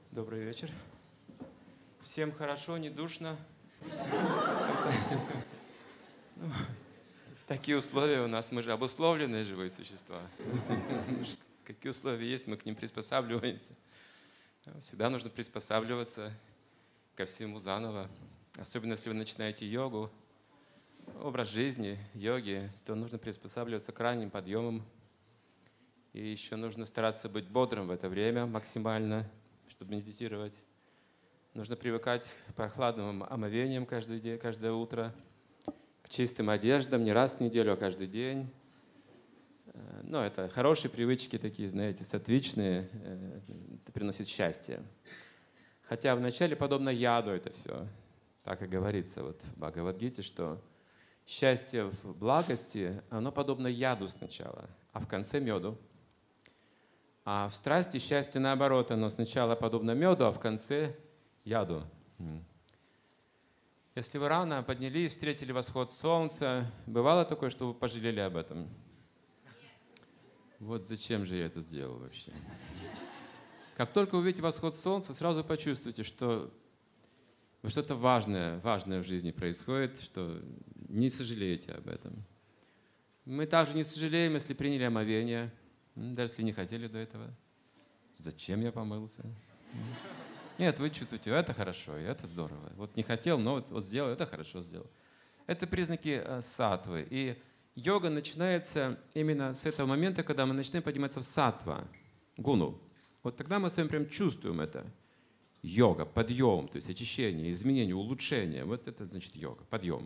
Добрый вечер. Всем хорошо, не душно. Ну, такие условия у нас, мы же обусловленные живые существа. Какие условия есть, мы к ним приспосабливаемся. Всегда нужно приспосабливаться ко всему заново. Особенно если вы начинаете йогу, образ жизни, йоги, то нужно приспосабливаться к ранним подъемам. И еще нужно стараться быть бодрым в это время максимально, чтобы медитировать. Нужно привыкать к прохладным омовениям каждое утро, к чистым одеждам не раз в неделю, а каждый день. Но это хорошие привычки такие, знаете, саттвичные, это приносит счастье. Хотя вначале подобно яду это все. Так и говорится вот в Бхагавад-гите, что счастье в благости, оно подобно яду сначала, а в конце меду. А в страсти счастье наоборот, оно сначала подобно меду, а в конце яду. Если вы рано поднялись, встретили восход солнца, бывало такое, что вы пожалели об этом? Вот зачем же я это сделал вообще? Как только увидите восход солнца, сразу почувствуйте, что что-то важное в жизни происходит, что не сожалеете об этом. Мы также не сожалеем, если приняли омовение, даже если не хотели до этого. Зачем я помылся? Нет, вы чувствуете, это хорошо, это здорово. Вот не хотел, но вот сделал, это хорошо сделал. Это признаки саттвы. И йога начинается именно с этого момента, когда мы начинаем подниматься в саттва, гуну. Вот тогда мы с вами прям чувствуем это. Йога, подъем, то есть очищение, изменение, улучшение. Вот это значит йога, подъем.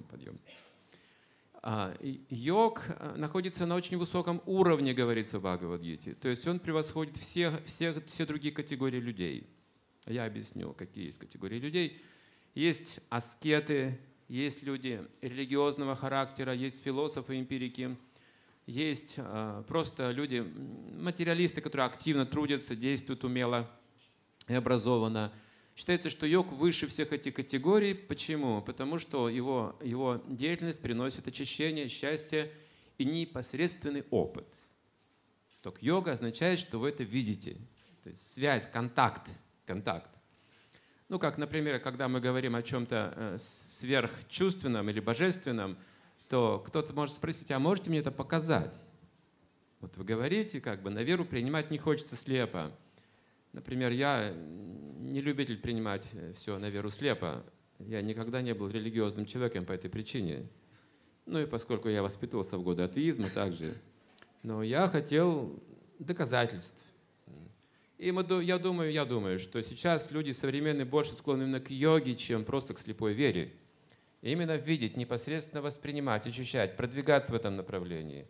Йог находится на очень высоком уровне, говорится в Бхагавад-гите. То есть он превосходит все другие категории людей. Я объясню, какие есть категории людей. Есть аскеты, есть люди религиозного характера, есть философы, эмпирики, есть просто люди, материалисты, которые активно трудятся, действуют умело и образованно. Считается, что йог выше всех этих категорий. Почему? Потому что его деятельность приносит очищение, счастье и непосредственный опыт. Так йога означает, что вы это видите. То есть связь, контакт. Ну, как, например, когда мы говорим о чем-то сверхчувственном или божественном, то кто-то может спросить, а можете мне это показать? Вот вы говорите, как бы на веру принимать не хочется слепо. Например, я не любитель принимать все на веру слепо. Я никогда не был религиозным человеком по этой причине. Ну и поскольку я воспитывался в годы атеизма также. Но я хотел доказательств. И я думаю, что сейчас люди современные больше склонны именно к йоге, чем просто к слепой вере. И именно видеть, непосредственно воспринимать, ощущать, продвигаться в этом направлении.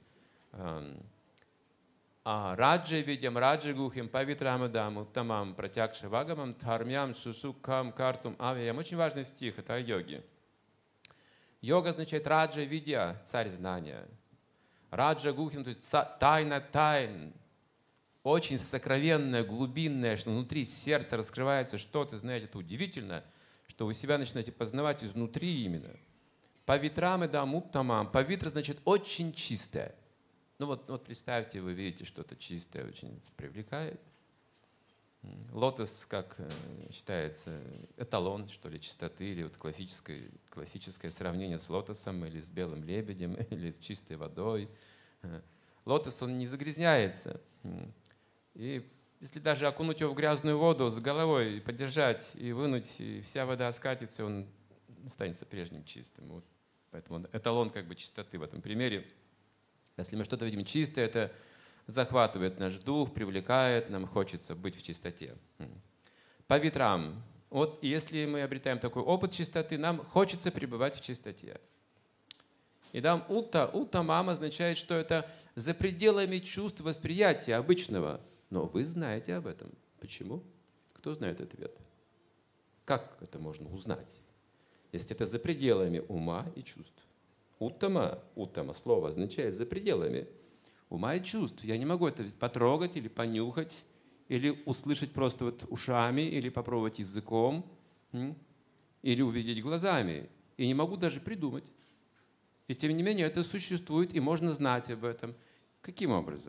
Раджа видям, раджа гухим, павитрамадам, уттамам, протягши вагамам, дхармям, сусукхам, картум, авиям. Очень важный стих, это о йоге. Йога означает раджа видя, царь знания. Раджа гухим, то есть тайна тайн. Очень сокровенное, глубинное, что внутри сердца раскрывается что-то, знаете, это удивительно, что вы себя начинаете познавать изнутри именно. Павитрамадам, уттамам. Павитра значит очень чистое. Ну вот представьте, вы видите что-то чистое, очень привлекает. Лотос, как считается, эталон, что ли, чистоты, или вот классическое сравнение с лотосом, или с белым лебедем, или с чистой водой. Лотос, он не загрязняется. И если даже окунуть его в грязную воду с головой, подержать и вынуть, и вся вода скатится, он останется прежним чистым. Вот. Поэтому он эталон как бы чистоты в этом примере. Если мы что-то видим чистое, это захватывает наш дух, привлекает, нам хочется быть в чистоте. Павитрам. Вот если мы обретаем такой опыт чистоты, нам хочется пребывать в чистоте. И там уттамам означает, что это за пределами чувств восприятия обычного. Но вы знаете об этом. Почему? Кто знает ответ? Как это можно узнать? Если это за пределами ума и чувств. Уттама слово означает за пределами ума и чувств. Я не могу это потрогать или понюхать, или услышать просто вот ушами, или попробовать языком, или увидеть глазами. И не могу даже придумать. И тем не менее это существует, и можно знать об этом. Каким образом?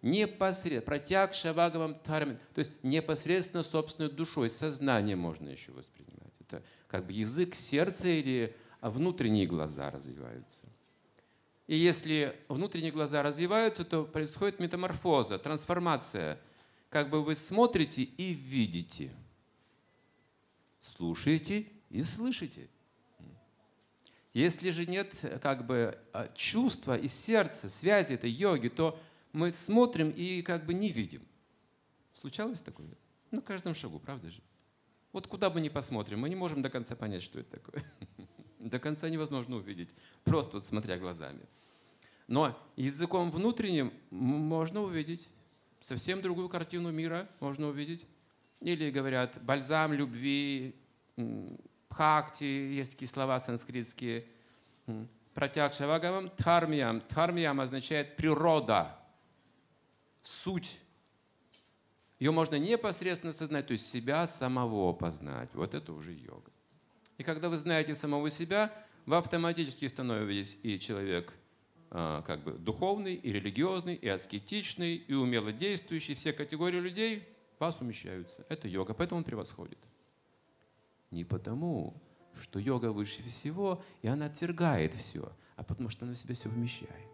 Непосредственно, протягша вагавам дхармям, то есть непосредственно собственной душой, сознанием можно еще воспринимать. Это как бы язык сердца или внутренние глаза развиваются. И если внутренние глаза развиваются, то происходит метаморфоза, трансформация. Как бы вы смотрите и видите, слушаете и слышите. Если же нет как бы чувства из сердца, связи этой йоги, то мы смотрим и как бы не видим. Случалось такое? На каждом шагу, правда же? Вот куда бы ни посмотрим, мы не можем до конца понять, что это такое. До конца невозможно увидеть, просто вот смотря глазами. Но языком внутренним можно увидеть совсем другую картину мира, можно увидеть. Или говорят бальзам любви, бхакти, есть такие слова санскритские. Пратякша вагавам дхармиям. Дхармиям означает природа, суть. Ее можно непосредственно осознать, то есть себя самого познать. Вот это уже йога. И когда вы знаете самого себя, вы автоматически становитесь и человек как бы духовный, и религиозный, и аскетичный, и умело действующий. Все категории людей в вас умещаются. Это йога, поэтому он превосходит. Не потому, что йога выше всего, и она отвергает все, а потому что она в себя все вмещает.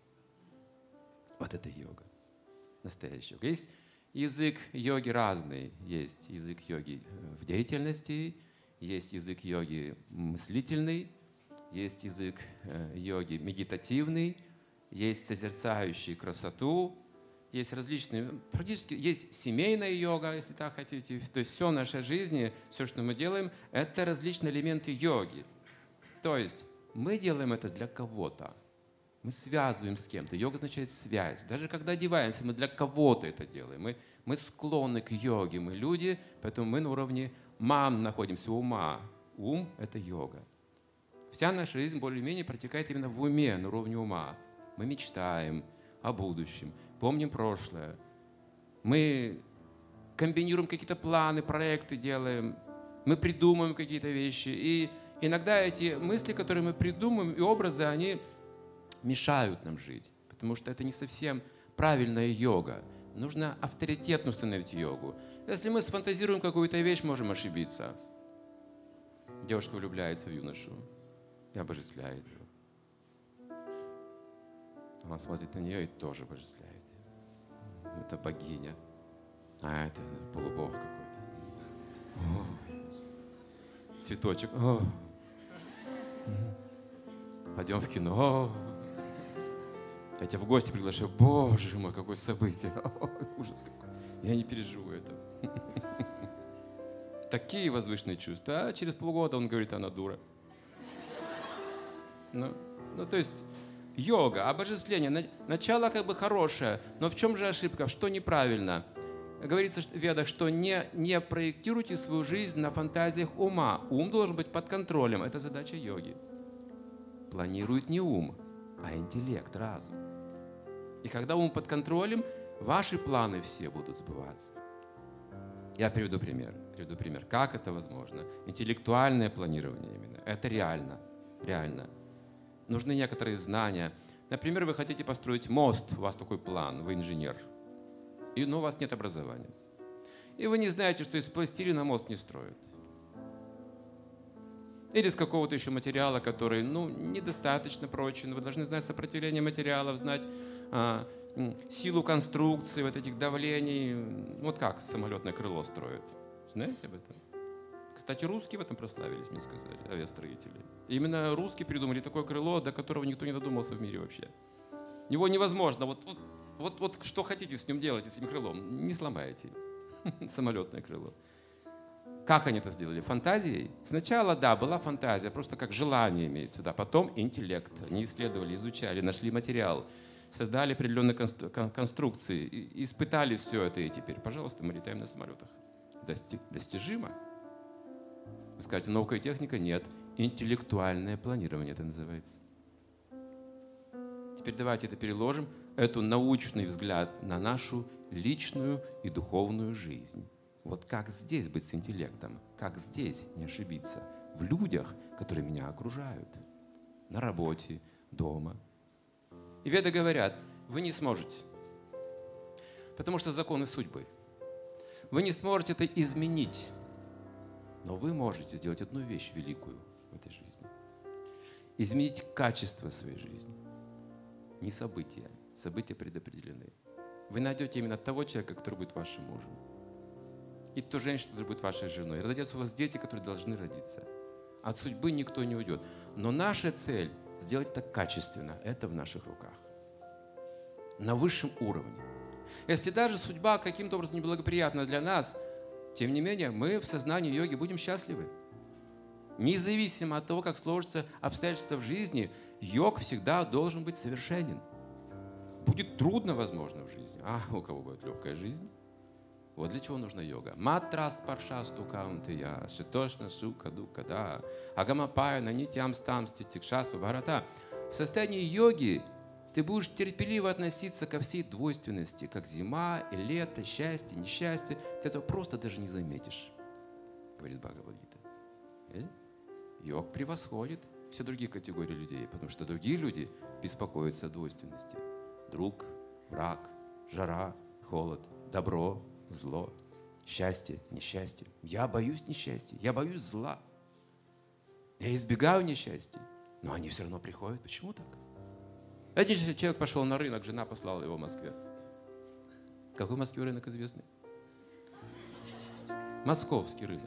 Вот это йога. Настоящая йога. Есть язык йоги разный. Есть язык йоги в деятельности, есть язык йоги мыслительный, есть язык йоги медитативный, есть созерцающий красоту, есть различные, практически есть семейная йога, если так хотите. То есть все в нашей жизни, все, что мы делаем, это различные элементы йоги. То есть мы делаем это для кого-то. Мы связываем с кем-то. Йога означает связь. Даже когда одеваемся, мы для кого-то это делаем. Мы склонны к йоге, мы люди, поэтому мы на уровне мам находимся, ума. Ум — это йога. Вся наша жизнь более-менее протекает именно в уме, на уровне ума. Мы мечтаем о будущем, помним прошлое. Мы комбинируем какие-то планы, проекты делаем. Мы придумываем какие-то вещи. И иногда эти мысли, которые мы придумываем, и образы, они мешают нам жить. Потому что это не совсем правильная йога. Нужно авторитетно установить йогу. Если мы сфантазируем какую-то вещь, можем ошибиться. Девушка влюбляется в юношу и обожествляет его. Он смотрит на нее и тоже обожествляет. Это богиня. А это полубог какой-то. О, цветочек. О. Пойдем в кино. Я тебя в гости приглашаю. Боже мой, какое событие. О, ужас какой. Я не переживу это. Такие возвышенные чувства. А через полгода он говорит, она дура. Ну, то есть йога, обожествление, начало как бы хорошее, но в чем же ошибка, что неправильно? Говорится в Ведах, что не проектируйте свою жизнь на фантазиях ума. Ум должен быть под контролем, это задача йоги. Планирует не ум, а интеллект, разум. И когда ум под контролем, ваши планы все будут сбываться. Я приведу пример. Как это возможно? Интеллектуальное планирование именно. Это реально. Реально. Нужны некоторые знания. Например, вы хотите построить мост, у вас такой план, вы инженер, но у вас нет образования. И вы не знаете, что из пластилина мост не строят. Или из какого-то еще материала, который недостаточно прочен. Вы должны знать сопротивление материалов, знать силу конструкции, вот этих давлений. Вот как самолетное крыло строят. Знаете об этом? Кстати, русские в этом прославились, мне сказали, авиастроители. Именно русские придумали такое крыло, до которого никто не додумался в мире вообще. Его невозможно. Вот что хотите с ним делать, с этим крылом, не сломаете. Самолетное крыло. Как они это сделали? Фантазией? Сначала, да, была фантазия, просто как желание имеется. Да. Потом интеллект. Они исследовали, изучали, нашли материал, создали определенные конструкции, испытали все это, и теперь, пожалуйста, мы летаем на самолетах. Достижимо? Вы скажете, наука и техника? Нет. Интеллектуальное планирование это называется. Теперь давайте это переложим, эту научный взгляд на нашу личную и духовную жизнь. Вот как здесь быть с интеллектом? Как здесь не ошибиться? В людях, которые меня окружают. На работе, дома. И веды говорят, вы не сможете. Потому что законы судьбы. Вы не сможете это изменить, но вы можете сделать одну вещь великую в этой жизни. Изменить качество своей жизни. Не события. События предопределены. Вы найдете именно того человека, который будет вашим мужем. И ту женщину, которая будет вашей женой. И родятся у вас дети, которые должны родиться. От судьбы никто не уйдет. Но наша цель — сделать это качественно. Это в наших руках. На высшем уровне. Если даже судьба каким-то образом неблагоприятна для нас, тем не менее, мы в сознании йоги будем счастливы. Независимо от того, как сложатся обстоятельства в жизни, йог всегда должен быть совершенен. Будет трудно, возможно, в жизни. А у кого будет легкая жизнь? Вот для чего нужна йога. Матрас паршасту каунтия, шитошна сука дука, да. Агамапая на нитям стамсти тикшасу барата. В состоянии йоги ты будешь терпеливо относиться ко всей двойственности, как зима и лето, счастье, несчастье. Ты этого просто даже не заметишь, говорит Бхагавад-гита. Йог превосходит все другие категории людей, потому что другие люди беспокоятся о двойственности. Друг, враг, жара, холод, добро, зло, счастье, несчастье. Я боюсь несчастья, я боюсь зла. Я избегаю несчастья, но они все равно приходят. Почему так? Один человек пошел на рынок, жена послала его в Москве. Какой в Москве рынок известный? Московский рынок.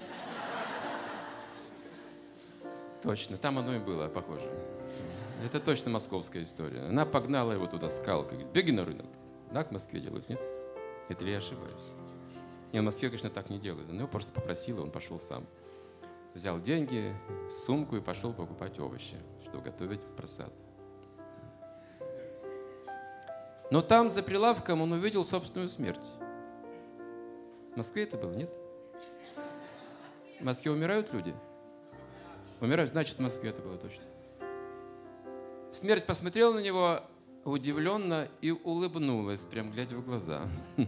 Точно, там оно и было, похоже. Это точно московская история. Она погнала его туда скалкой. Говорит, беги на рынок. Так в Москве делают, нет? Это ли я ошибаюсь? Нет, в Москве, конечно, так не делают. Она его просто попросила, он пошел сам. Взял деньги, сумку и пошел покупать овощи, чтобы готовить просад. Но там, за прилавком, он увидел собственную смерть. В Москве это было, нет? В Москве умирают люди? Умирают, значит, в Москве это было точно. Смерть посмотрела на него удивленно и улыбнулась, прям глядя в глаза.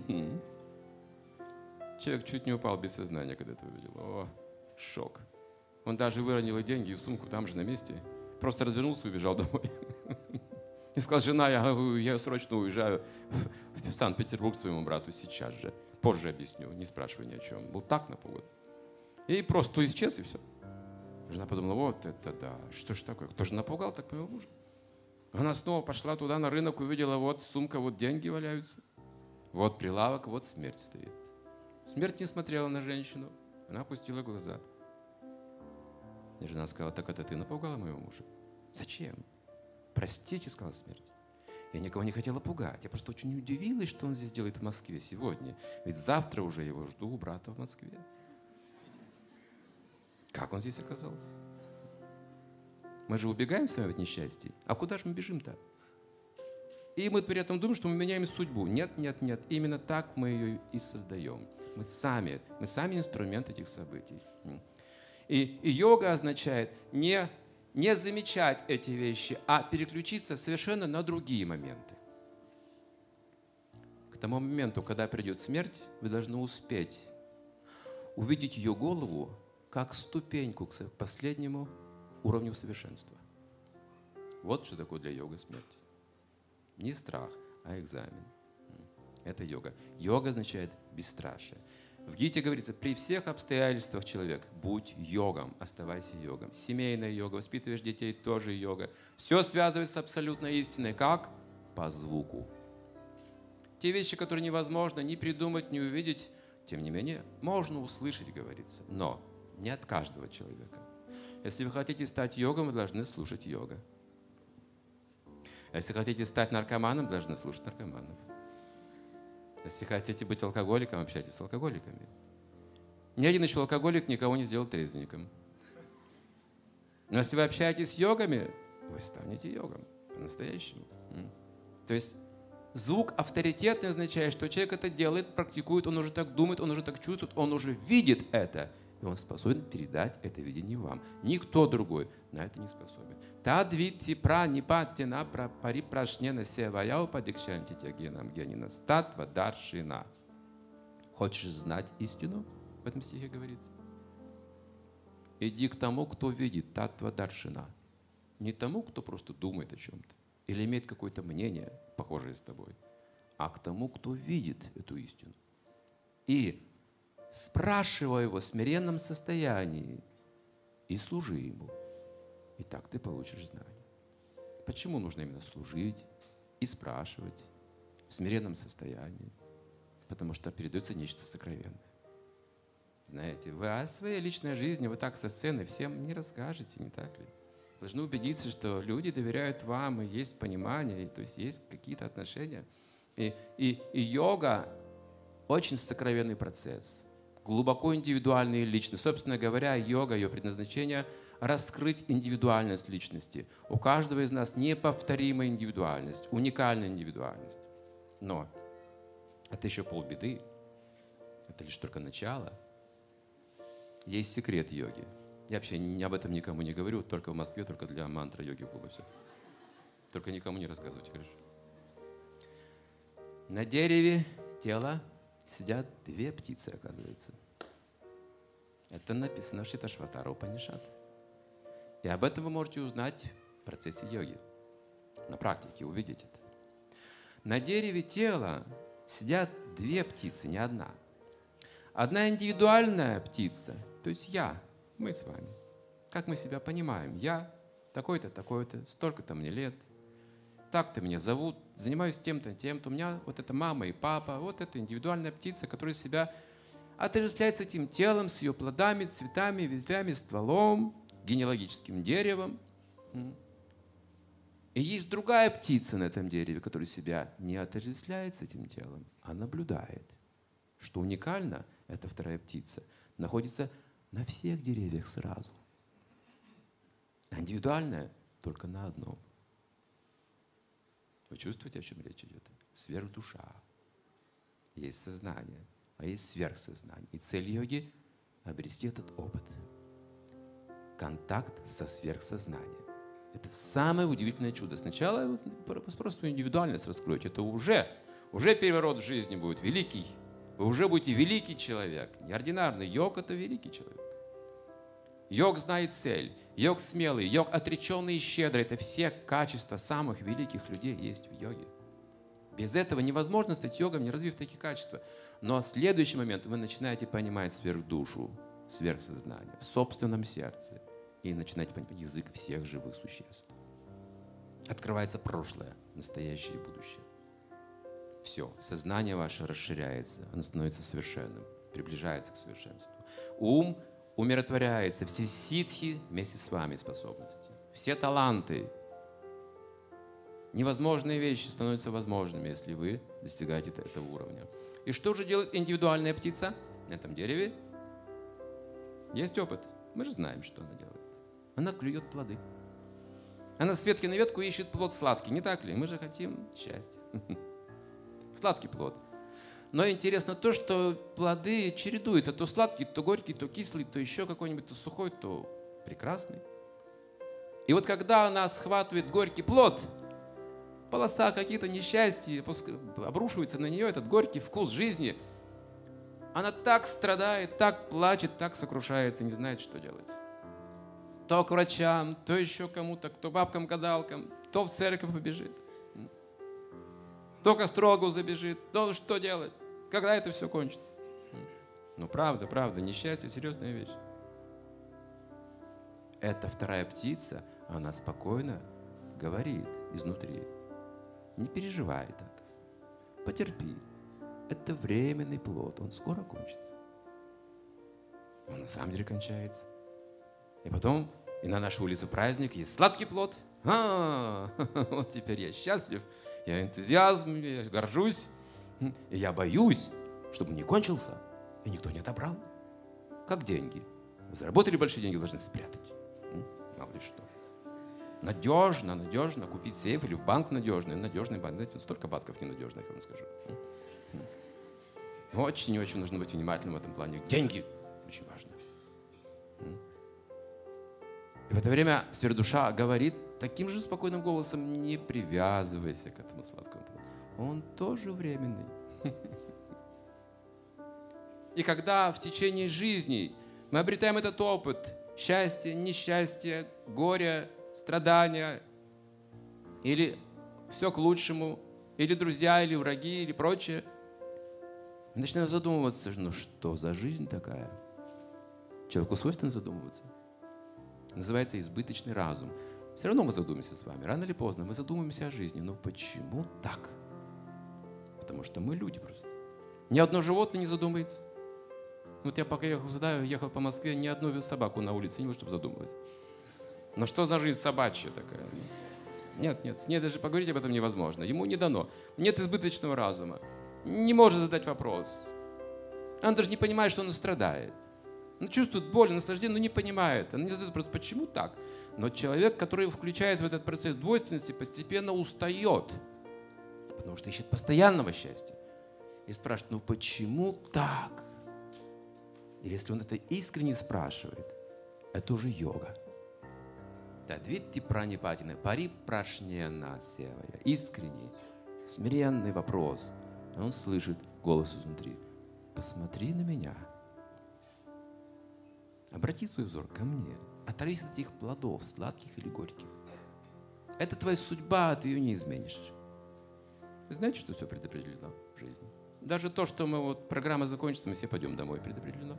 Человек чуть не упал без сознания, когда это увидел. О, шок. Он даже выронил и деньги, и сумку там же на месте. Просто развернулся и убежал домой. И сказал, жена, я срочно уезжаю в Санкт-Петербург к своему брату сейчас же. Позже объясню, не спрашивай ни о чем. Был так напуган. И просто исчез, и все. Жена подумала, вот это да, что ж такое? Кто же напугал так моего мужа? Она снова пошла туда на рынок, увидела, вот сумка, вот деньги валяются. Вот прилавок, вот смерть стоит. Смерть не смотрела на женщину, она опустила глаза. И жена сказала, так это ты напугала моего мужа? Зачем? Простите, сказала смерть. Я никого не хотела пугать. Я просто очень удивилась, что он здесь делает в Москве сегодня. Ведь завтра уже его жду у брата в Москве. Как он здесь оказался? Мы же убегаем с вами от несчастья. А куда же мы бежим-то? И мы при этом думаем, что мы меняем судьбу. Нет, нет, нет. Именно так мы ее и создаем. Мы сами инструмент этих событий. И йога означает не замечать эти вещи, а переключиться совершенно на другие моменты. К тому моменту, когда придет смерть, вы должны успеть увидеть ее голову как ступеньку к последнему уровню совершенства. Вот что такое для йога смерть. Не страх, а экзамен. Это йога. Йога означает бесстрашие. В Гите говорится, при всех обстоятельствах человек, будь йогом, оставайся йогом. Семейная йога, воспитываешь детей, тоже йога. Все связывается с абсолютной истиной. Как? По звуку. Те вещи, которые невозможно ни придумать, ни увидеть, тем не менее, можно услышать, говорится. Но не от каждого человека. Если вы хотите стать йогом, вы должны слушать йога. Если хотите стать наркоманом, вы должны слушать наркоманов. Если хотите быть алкоголиком, общайтесь с алкоголиками. Ни один еще алкоголик никого не сделал трезвенником. Но если вы общаетесь с йогами, вы станете йогом по-настоящему. То есть звук авторитетный означает, что человек это делает, практикует, он уже так думает, он уже так чувствует, он уже видит это. И он способен передать это видение вам. Никто другой на это не способен. Тадвити пранипаттина парипрашнена севая упадикшанти тягенам генина статва даршина. Хочешь знать истину? В этом стихе говорится. Иди к тому, кто видит татва даршина. Не тому, кто просто думает о чем-то или имеет какое-то мнение, похожее с тобой, а к тому, кто видит эту истину. И спрашивай его в смиренном состоянии и служи ему. И так ты получишь знание. Почему нужно именно служить и спрашивать в смиренном состоянии? Потому что передается нечто сокровенное. Знаете, вы о своей личной жизни вы так со сцены всем не расскажете, не так ли? Должны убедиться, что люди доверяют вам, и есть понимание, то есть есть какие-то отношения. И йога очень сокровенный процесс, глубоко индивидуальный и личный. Собственно говоря, йога, ее предназначение – раскрыть индивидуальность личности. У каждого из нас неповторимая индивидуальность, уникальная индивидуальность. Но это еще полбеды, это лишь только начало. Есть секрет йоги. Я вообще об этом никому не говорю, только в Москве, только для мантры йоги клуба. Все. Только никому не рассказывайте, хорошо? На дереве тела сидят две птицы, оказывается. Это написано в Шиташватара Упанишад. И об этом вы можете узнать в процессе йоги. На практике увидеть это. На дереве тела сидят две птицы, не одна. Одна индивидуальная птица, то есть я, мы с вами. Как мы себя понимаем? Я такой-то, такой-то, столько-то мне лет, так-то меня зовут, занимаюсь тем-то, тем-то. У меня вот это мама и папа, вот эта индивидуальная птица, которая себя отождествляет с этим телом, с ее плодами, цветами, ветвями, стволом, генеалогическим деревом. И есть другая птица на этом дереве, которая себя не отождествляет с этим телом, а наблюдает. Что уникально, эта вторая птица находится на всех деревьях сразу. А индивидуальная только на одном. Вы чувствуете, о чем речь идет? Сверхдуша. Есть сознание, а есть сверхсознание. И цель йоги – обрести этот опыт. Контакт со сверхсознанием. Это самое удивительное чудо. Сначала вы просто индивидуальность раскроете. Это уже переворот в жизни будет великий. Вы уже будете великий человек. Неординарный. Йог – это великий человек. Йог знает цель. Йог смелый. Йог отреченный и щедрый. Это все качества самых великих людей есть в йоге. Без этого невозможно стать йогом, не развив такие качества. Но в следующий момент вы начинаете понимать сверхдушу, сверхсознание в собственном сердце. И начинаете понимать язык всех живых существ. Открывается прошлое, настоящее и будущее. Все, сознание ваше расширяется, оно становится совершенным, приближается к совершенству. Ум умиротворяется, все ситхи вместе с вами способности, все таланты. Невозможные вещи становятся возможными, если вы достигаете этого уровня. И что же делает индивидуальная птица на этом дереве? Есть опыт. Мы же знаем, что она делает. Она клюет плоды. Она с ветки на ветку ищет плод сладкий, не так ли? Мы же хотим счастья. Сладкий плод. Но интересно то, что плоды чередуются. То сладкий, то горький, то кислый, то еще какой-нибудь, то сухой, то прекрасный. И вот когда она схватывает горький плод, полоса какие-то несчастья обрушивается на нее, этот горький вкус жизни. Она так страдает, так плачет, так сокрушается, не знает, что делать. То к врачам, то еще кому-то, то бабкам-гадалкам, то в церковь побежит, то к астрологу забежит, то что делать, когда это все кончится. Ну правда, несчастье – серьезная вещь. Эта вторая птица, она спокойно говорит изнутри. Не переживай так, потерпи. Это временный плод, он скоро кончится. Он на самом деле кончается. И потом, и на нашей улице праздник, есть сладкий плод. Вот теперь я счастлив, я энтузиазм, я горжусь. И я боюсь, чтобы не кончился, и никто не отобрал. Как деньги. Вы заработали большие деньги, должны спрятать. Мало ли что. Надежно купить сейф или в банк надежный банк. Знаете, столько банков ненадежных, я вам скажу. Очень и очень нужно быть внимательным в этом плане. Деньги очень важно. И в это время сверхдуша говорит таким же спокойным голосом: не привязывайся к этому сладкому плоду. Он тоже временный. И когда в течение жизни мы обретаем этот опыт счастья, несчастья, горя, страдания или все к лучшему, или друзья, или враги, или прочее. Мы начинаем задумываться, ну что за жизнь такая? Человеку свойственно задумываться. Называется избыточный разум. Все равно мы задумаемся с вами. Рано или поздно мы задумаемся о жизни. Но почему так? Потому что мы люди просто. Ни одно животное не задумается. Вот я пока ехал сюда, ехал по Москве, ни одну собаку на улице не видел, чтобы задумалась. Но что за жизнь собачья такая? Нет, с ней даже поговорить об этом невозможно. Ему не дано. Нет избыточного разума. Не может задать вопрос. Он даже не понимает, что он страдает. Он чувствует боль, наслаждение, но не понимает. Он не задает вопрос, почему так? Но человек, который включается в этот процесс двойственности, постепенно устает. Потому что ищет постоянного счастья. И спрашивает, ну почему так? И если он это искренне спрашивает, это уже йога. Тадвитти пранипатина, парипрашнена севая. Искренний, смиренный вопрос. И он слышит голос изнутри. Посмотри на меня. Обрати свой взор ко мне. Оторвись от этих плодов, сладких или горьких. Это твоя судьба, ты ее не изменишь. Вы знаете, что все предопределено в жизни? Даже то, что мы программа закончится, мы все пойдем домой, предопределено.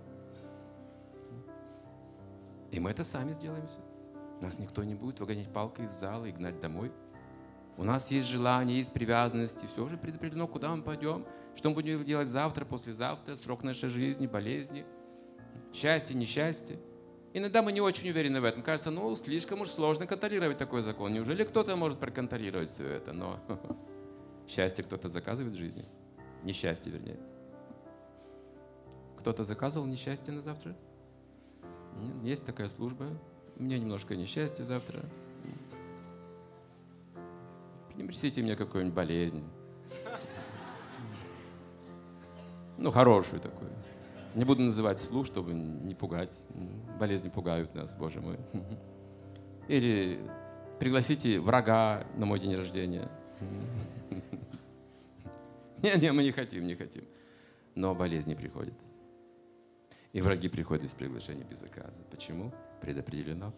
И мы это сами сделаем все. Нас никто не будет выгонять палкой из зала и гнать домой. У нас есть желание, есть привязанности, все уже предопределено, куда мы пойдем, что мы будем делать завтра, послезавтра, срок нашей жизни, болезни, счастье, несчастье. Иногда мы не очень уверены в этом. Кажется, ну, слишком уж сложно контролировать такой закон. Неужели кто-то может проконтролировать все это? Но счастье кто-то заказывает в жизни. Несчастье, вернее. Кто-то заказывал несчастье на завтра? Есть такая служба. У меня немножко несчастья завтра. Принесите мне какую-нибудь болезнь. Ну, хорошую такую. Не буду называть вслух, чтобы не пугать. Болезни пугают нас, Боже мой. Или пригласите врага на мой день рождения. Не, мы не хотим. Но болезни приходят. И враги приходят без приглашения, без заказа. Почему? Предопределено.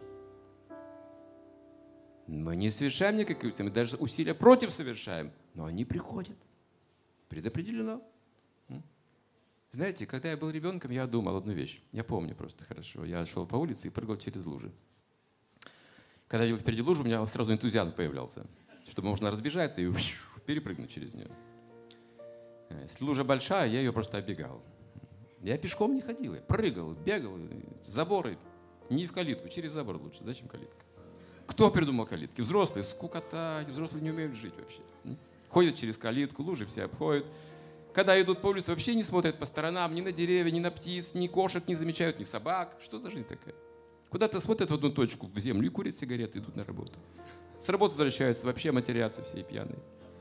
Мы не совершаем никаких усилий, мы даже усилия против совершаем, но они приходят. Предопределено. Знаете, когда я был ребенком, я думал одну вещь. Я помню просто хорошо. Я шел по улице и прыгал через лужи. Когда я видел впереди лужу, у меня сразу энтузиазм появлялся, чтобы можно разбежаться и перепрыгнуть через нее. Если лужа большая, я ее просто оббегал. Я пешком не ходил, я прыгал, бегал, заборы. Не в калитку, через забор лучше. Зачем калитка? Кто придумал калитки? Взрослые, скукота, взрослые не умеют жить вообще. Ходят через калитку, лужи все обходят. Когда идут по улице, вообще не смотрят по сторонам, ни на деревья, ни на птиц, ни кошек не замечают, ни собак. Что за жизнь такая? Куда-то смотрят в одну точку, в землю, и курят сигареты, идут на работу. С работы возвращаются, вообще матерятся все пьяные.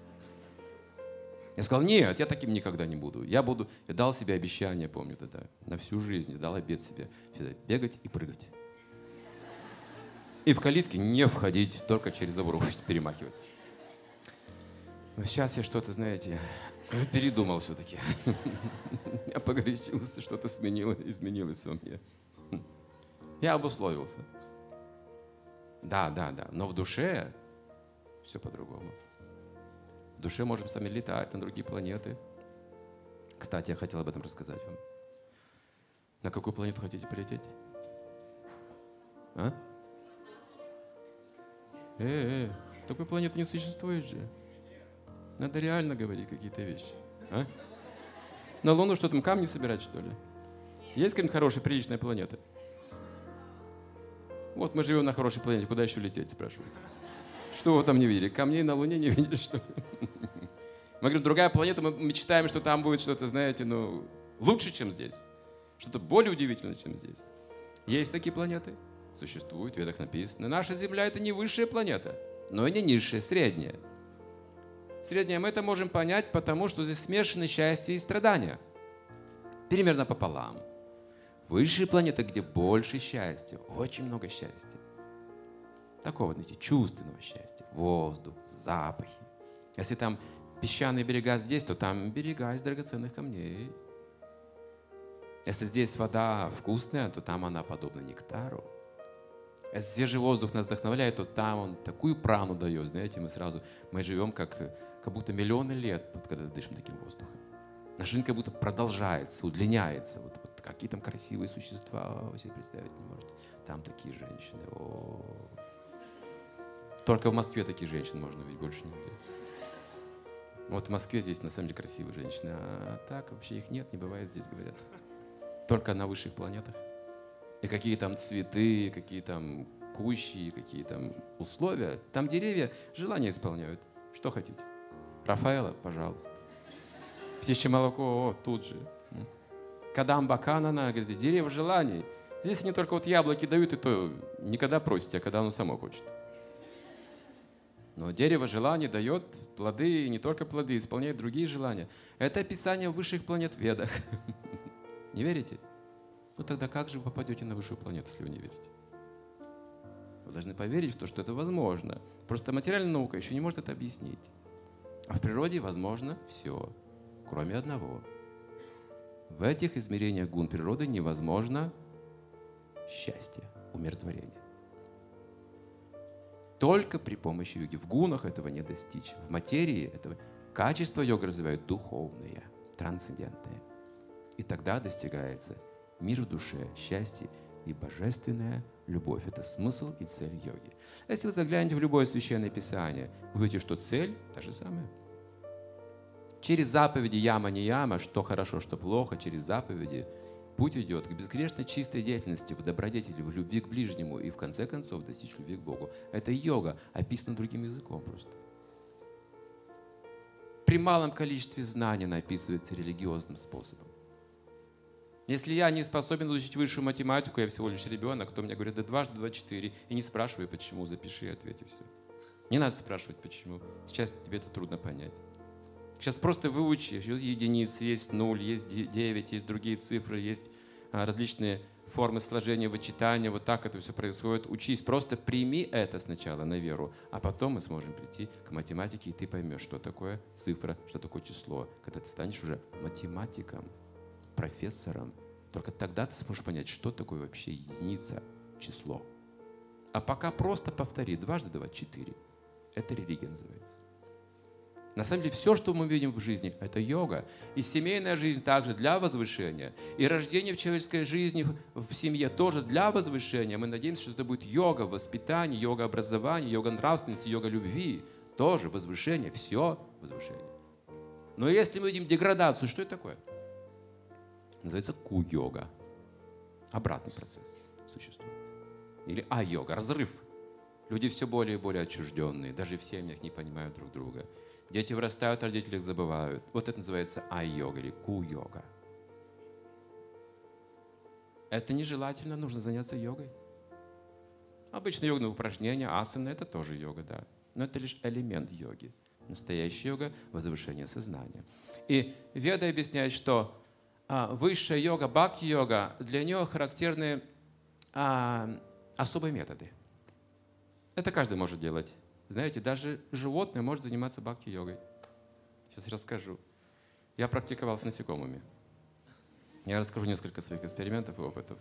Я сказал, нет, я таким никогда не буду. Я дал себе обещание, помню тогда, на всю жизнь. Я дал обет себе всегда бегать и прыгать. И в калитки не входить, только через забор перемахивать. Но сейчас я что-то, передумал все-таки. Я погорячился, что-то изменилось во мне. Я обусловился. Да. Но в душе все по-другому. В душе можем сами летать на другие планеты. Кстати, я хотел об этом рассказать вам. На какую планету хотите полететь? А? Такой планеты не существует же. Надо реально говорить какие-то вещи. А? На Луну что там, камни собирать, что ли? Есть какая-нибудь хорошая, приличная планета? Вот мы живем на хорошей планете, куда еще лететь, спрашивается. Что вы там не видели? Камней на Луне не видели, что ли? Мы говорим, другая планета, мы мечтаем, что там будет что-то, лучше, чем здесь. Что-то более удивительное, чем здесь. Есть такие планеты? Существует, в ведах написано. Наша Земля — это не высшая планета, но и не низшая, средняя. Средняя мы это можем понять, потому что здесь смешаны счастье и страдания. Примерно пополам. Высшие планеты, где больше счастья, очень много счастья. Такого, чувственного счастья. Воздух, запахи. Если там песчаные берега здесь, то там берега из драгоценных камней. Если здесь вода вкусная, то там она подобна нектару. Если свежий воздух нас вдохновляет, то там он такую прану дает. Мы живем как как будто миллионы лет, вот, когда дышим таким воздухом. Наша жизнь как будто продолжается, удлиняется. Вот какие там красивые существа, вы себе представить не можете. Там такие женщины. Только в Москве такие женщины можно увидеть, больше нигде. Вот в Москве здесь на самом деле красивые женщины, а так вообще их нет, не бывает здесь, говорят. Только на высших планетах. И какие там цветы, какие там кущи, какие там условия. Там деревья желания исполняют. Что хотите? Рафаэла, пожалуйста. Птичье молоко, тут же. Кадамба канана, говорит, дерево желаний. Здесь они только вот яблоки дают, и то не когда просите, а когда оно само хочет. Но дерево желаний дает плоды, и не только плоды, исполняет другие желания. Это описание высших планет в Ведах. Не верите? Ну тогда как же вы попадете на высшую планету, если вы не верите? Вы должны поверить в то, что это возможно. Просто материальная наука еще не может это объяснить. А в природе возможно все, кроме одного. В этих измерениях гун природы невозможно счастье, умиротворение. Только при помощи йоги. В гунах этого не достичь. В материи этого качества йога развивают духовные, трансцендентные. И тогда достигается мир в душе, счастье и божественная любовь. Это смысл и цель йоги. Если вы заглянете в любое священное писание, вы увидите, что цель та же самая. Через заповеди яма-не-яма, что хорошо, что плохо, через заповеди путь идет к безгрешной чистой деятельности, в добродетели, в любви к ближнему и в конце концов достичь любви к Богу. Это йога, описана другим языком просто. При малом количестве знаний она описывается религиозным способом. Если я не способен изучить высшую математику, я всего лишь ребенок, то мне говорят, да дважды 2 – 4. И не спрашивай, почему, запиши и ответь, и все. Не надо спрашивать, почему. Сейчас тебе это трудно понять. Сейчас просто выучи, есть единицы, есть 0, есть 9, есть другие цифры, есть различные формы сложения, вычитания. Вот так это все происходит. Учись, просто прими это сначала на веру, а потом мы сможем прийти к математике, и ты поймешь, что такое цифра, что такое число. Когда ты станешь уже математиком, профессором, только тогда ты сможешь понять, что такое вообще единица, число. А пока просто повтори. Дважды 2 – 4. Это религия называется. На самом деле все, что мы видим в жизни, это йога. И семейная жизнь также для возвышения. И рождение в человеческой жизни, в семье тоже для возвышения. Мы надеемся, что это будет йога воспитания, йога образования, йога нравственности, йога любви. Тоже возвышение, все возвышение. Но если мы видим деградацию, что это такое? Называется ку-йога. Обратный процесс существует. Или а-йога, разрыв. Люди все более и более отчужденные, даже в семьях не понимают друг друга. Дети вырастают, о родителях забывают. Вот это называется ай-йога или ку-йога. Это нежелательно, нужно заняться йогой. Обычно йогные упражнения, асаны – это тоже йога, да. Но это лишь элемент йоги. Настоящая йога – возвышение сознания. И Веда объясняет, что высшая йога, бхакти-йога, для нее характерны особые методы. Это каждый может делать. Знаете, даже животное может заниматься бхакти-йогой. Сейчас расскажу. Я практиковал с насекомыми. Я расскажу несколько своих экспериментов и опытов.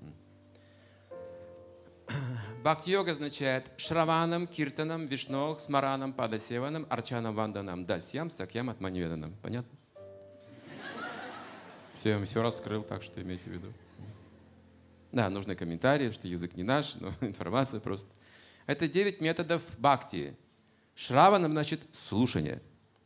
Бхакти-йога означает шраванам, киртанам, вишнох, смаранам, падасеванам, арчанам, ванданам, дасьям, сакьям, атманиведанам. Понятно? Все, я вам все раскрыл, так что имейте в виду. Да, нужны комментарии, что язык не наш, но информация просто. Это 9 методов бхакти. Шраванам значит слушание.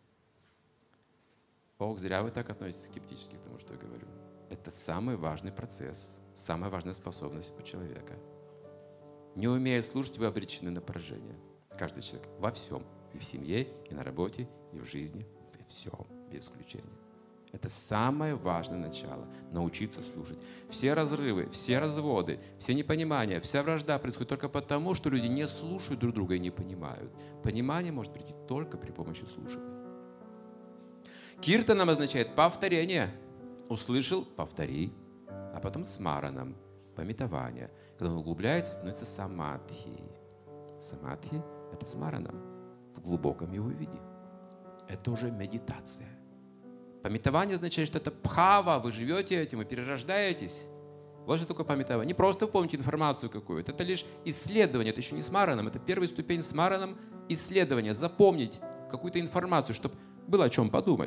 Ох, зря вы так относитесь скептически к тому, что я говорю. Это самый важный процесс, самая важная способность у человека. Не умея слушать, вы обречены на поражение. Каждый человек во всем. И в семье, и на работе, и в жизни. Во всем, без исключения. Это самое важное начало – научиться слушать. Все разрывы, все разводы, все непонимания, вся вражда происходит только потому, что люди не слушают друг друга и не понимают. Понимание может прийти только при помощи слушания. Киртанам означает повторение. Услышал – повтори. А потом смаранам – памятование. Когда он углубляется, становится самадхи. Самадхи – это смаранам в глубоком его виде. Это уже медитация. Памятование означает, что это бхава, вы живете этим, вы перерождаетесь. Вот что такое памятование. Не просто помните информацию какую-то, это лишь исследование, это еще не смаранам, это первая ступень смаранам исследования. Запомнить, какую-то информацию, чтобы было о чем подумать.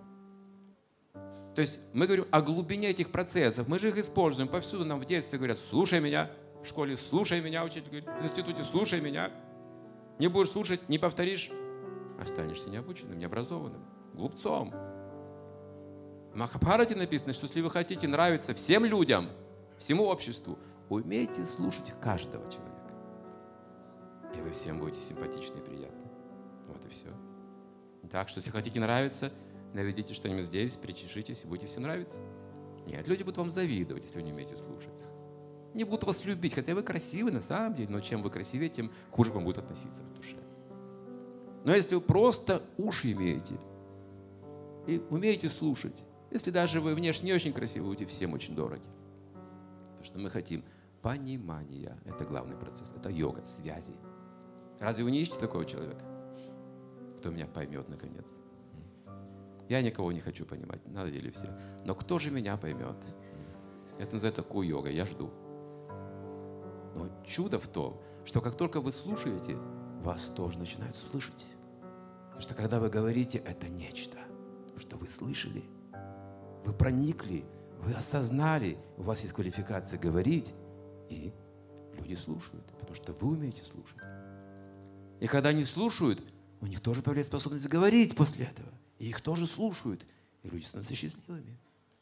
То есть мы говорим о глубине этих процессов. Мы же их используем повсюду. Нам в детстве говорят: слушай меня. В школе: слушай меня. Учитель говорит: в институте: слушай меня. Не будешь слушать, не повторишь, останешься необученным, необразованным, глупцом. В Махабхарате написано, что если вы хотите нравиться всем людям, всему обществу, умейте слушать каждого человека. И вы всем будете симпатичны и приятны. Вот и все. Так что, если хотите нравиться, наведите что-нибудь здесь, причешитесь и будете всем нравиться. Нет, люди будут вам завидовать, если вы не умеете слушать. Не будут вас любить, хотя вы красивы на самом деле, но чем вы красивее, тем хуже к вам будет относиться в душе. Но если вы просто уши имеете и умеете слушать, если даже вы внешне не очень красивы, вы будете всем очень дороги. Потому что мы хотим понимания. Это главный процесс. Это йога, связи. Разве вы не ищете такого человека, кто меня поймет наконец? Я никого не хочу понимать, надо ли все. Но кто же меня поймет? Это называется ку-йога. Я жду. Но чудо в том, что как только вы слушаете, вас тоже начинают слышать. Потому что когда вы говорите, это нечто. Потому что вы слышали, вы проникли, вы осознали, у вас есть квалификация говорить, и люди слушают, потому что вы умеете слушать. И когда они слушают, у них тоже появляется способность говорить после этого. И их тоже слушают, и люди становятся счастливыми.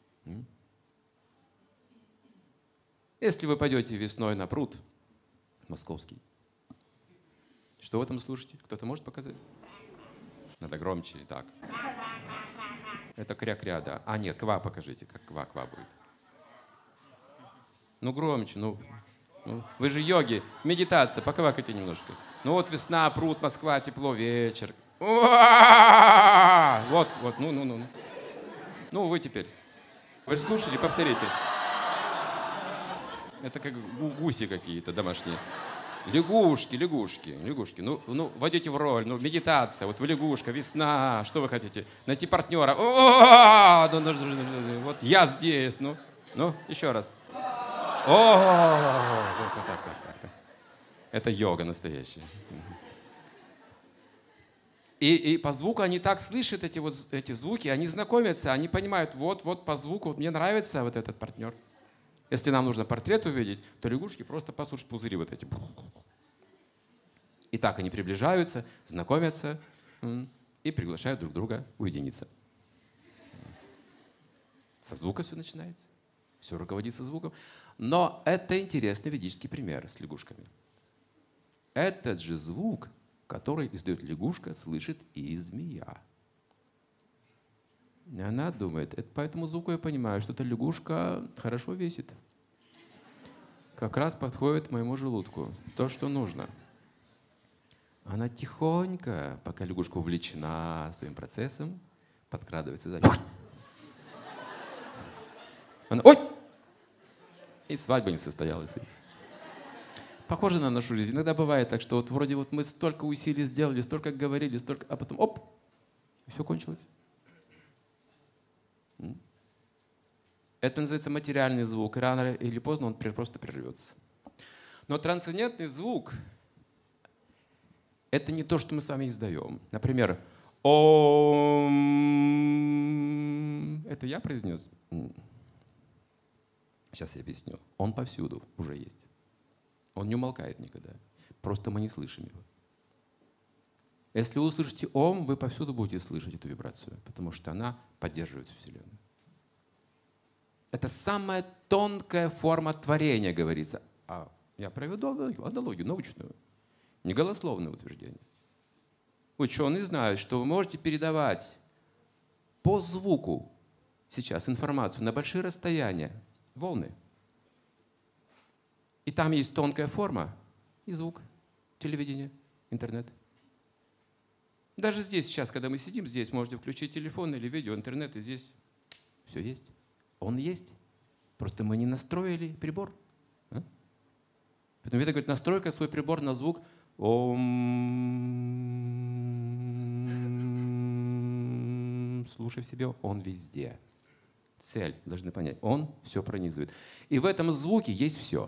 Если вы пойдете весной на пруд московский, что вы там слушаете? Кто-то может показать? Надо громче, так. Это кря-кря, да. А нет, ква покажите, как ква-ква будет. Ну громче, ну. Вы же йоги, медитация, поквакайте немножко. Ну вот весна, пруд, Москва, тепло, вечер. Вот, ну. Ну вы теперь. Вы же слушали, повторите. Это как гуси какие-то домашние. Лягушки. Ну, войдите в роль. Ну, медитация. Вот вы лягушка, весна. Что вы хотите? Найти партнера. Вот я здесь. Ну, еще раз. Так. Это йога настоящая. И по звуку они так слышат эти звуки, они знакомятся, они понимают, вот по звуку, вот мне нравится вот этот партнер. Если нам нужно портрет увидеть, то лягушки просто послушают пузыри вот эти. И так они приближаются, знакомятся и приглашают друг друга уединиться. Со звука все начинается. Все руководится звуком. Но это интересный ведический пример с лягушками. Этот же звук, который издает лягушка, слышит и змея. И она думает, по этому звуку я понимаю, что эта лягушка хорошо весит. Как раз подходит к моему желудку. То, что нужно. Она тихонько, пока лягушка увлечена своим процессом, подкрадывается сзади. Она, ой! И свадьба не состоялась. Похоже на нашу жизнь. Иногда бывает так, что вот вроде вот мы столько усилий сделали, столько говорили, а потом оп, и все кончилось. Это называется материальный звук. Рано или поздно он просто прервется. Но трансцендентный звук — это не то, что мы с вами издаем. Например, ом. Это я произнес? Сейчас я объясню. Он повсюду уже есть. Он не умолкает никогда. Просто мы не слышим его. Если вы услышите ом, вы повсюду будете слышать эту вибрацию, потому что она поддерживает Вселенную. Это самая тонкая форма творения, говорится. А я проведу аналогию научную, не голословное утверждение. Ученые знают, что вы можете передавать по звуку сейчас информацию на большие расстояния, волны. И там есть тонкая форма и звук, телевидение, интернет. Даже здесь сейчас, когда мы сидим здесь, можете включить телефон или видео, интернет, и здесь все есть. Он есть. Просто мы не настроили прибор. Поэтому Веда говорит, настройка свой прибор на звук ом. Слушай в себе, он везде. Цель, должны понять, он все пронизывает. И в этом звуке есть все.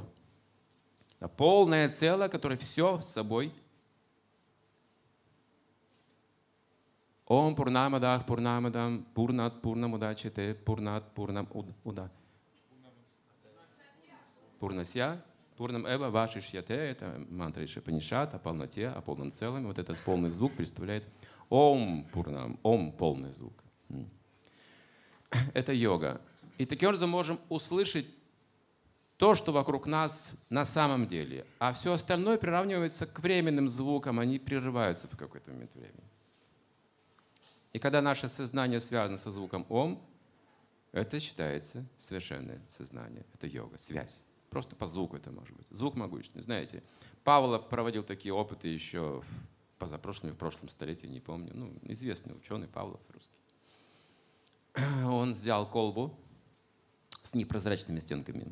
Полное целое, которое все с собой Ом Пурнамадах Пурнамадам Пурнат Пурнамудачите Пурнат Пурнам Уда. Пурнасья, Пурнам Эва Вашишьяте, это мантра Ишапанишат о полноте, о полном целом. Вот этот полный звук представляет Ом Пурнам, Ом полный звук. Это йога. И таким образом можем услышать то, что вокруг нас на самом деле. А все остальное приравнивается к временным звукам, они прерываются в какой-то момент времени. И когда наше сознание связано со звуком Ом, это считается совершенное сознание. Это йога, связь. Просто по звуку это может быть. Звук могущественный. Знаете, Павлов проводил такие опыты еще в позапрошлом и в прошлом столетии, не помню. Ну, известный ученый Павлов русский. Он взял колбу с непрозрачными стенками.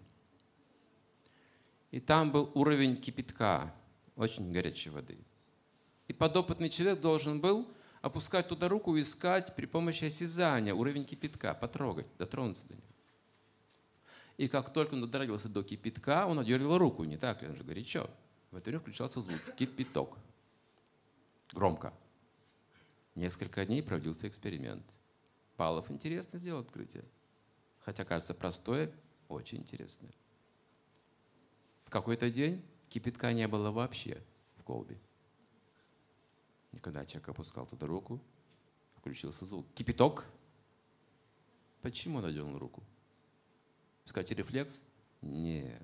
И там был уровень кипятка, очень горячей воды. И подопытный человек должен был опускать туда руку и искать при помощи осязания уровень кипятка, потрогать, дотронуться до него. И как только он дотрагивался до кипятка, он отдергивал руку, не так ли? Он же горячо. В это время включался звук кипяток. Громко. Несколько дней проводился эксперимент. Павлов интересно сделал открытие. Хотя, кажется, простое, очень интересное. В какой-то день кипятка не было вообще в колбе. И когда человек опускал туда руку, включился звук. Кипяток. Почему он отдернул руку? Сказать, рефлекс? Нет.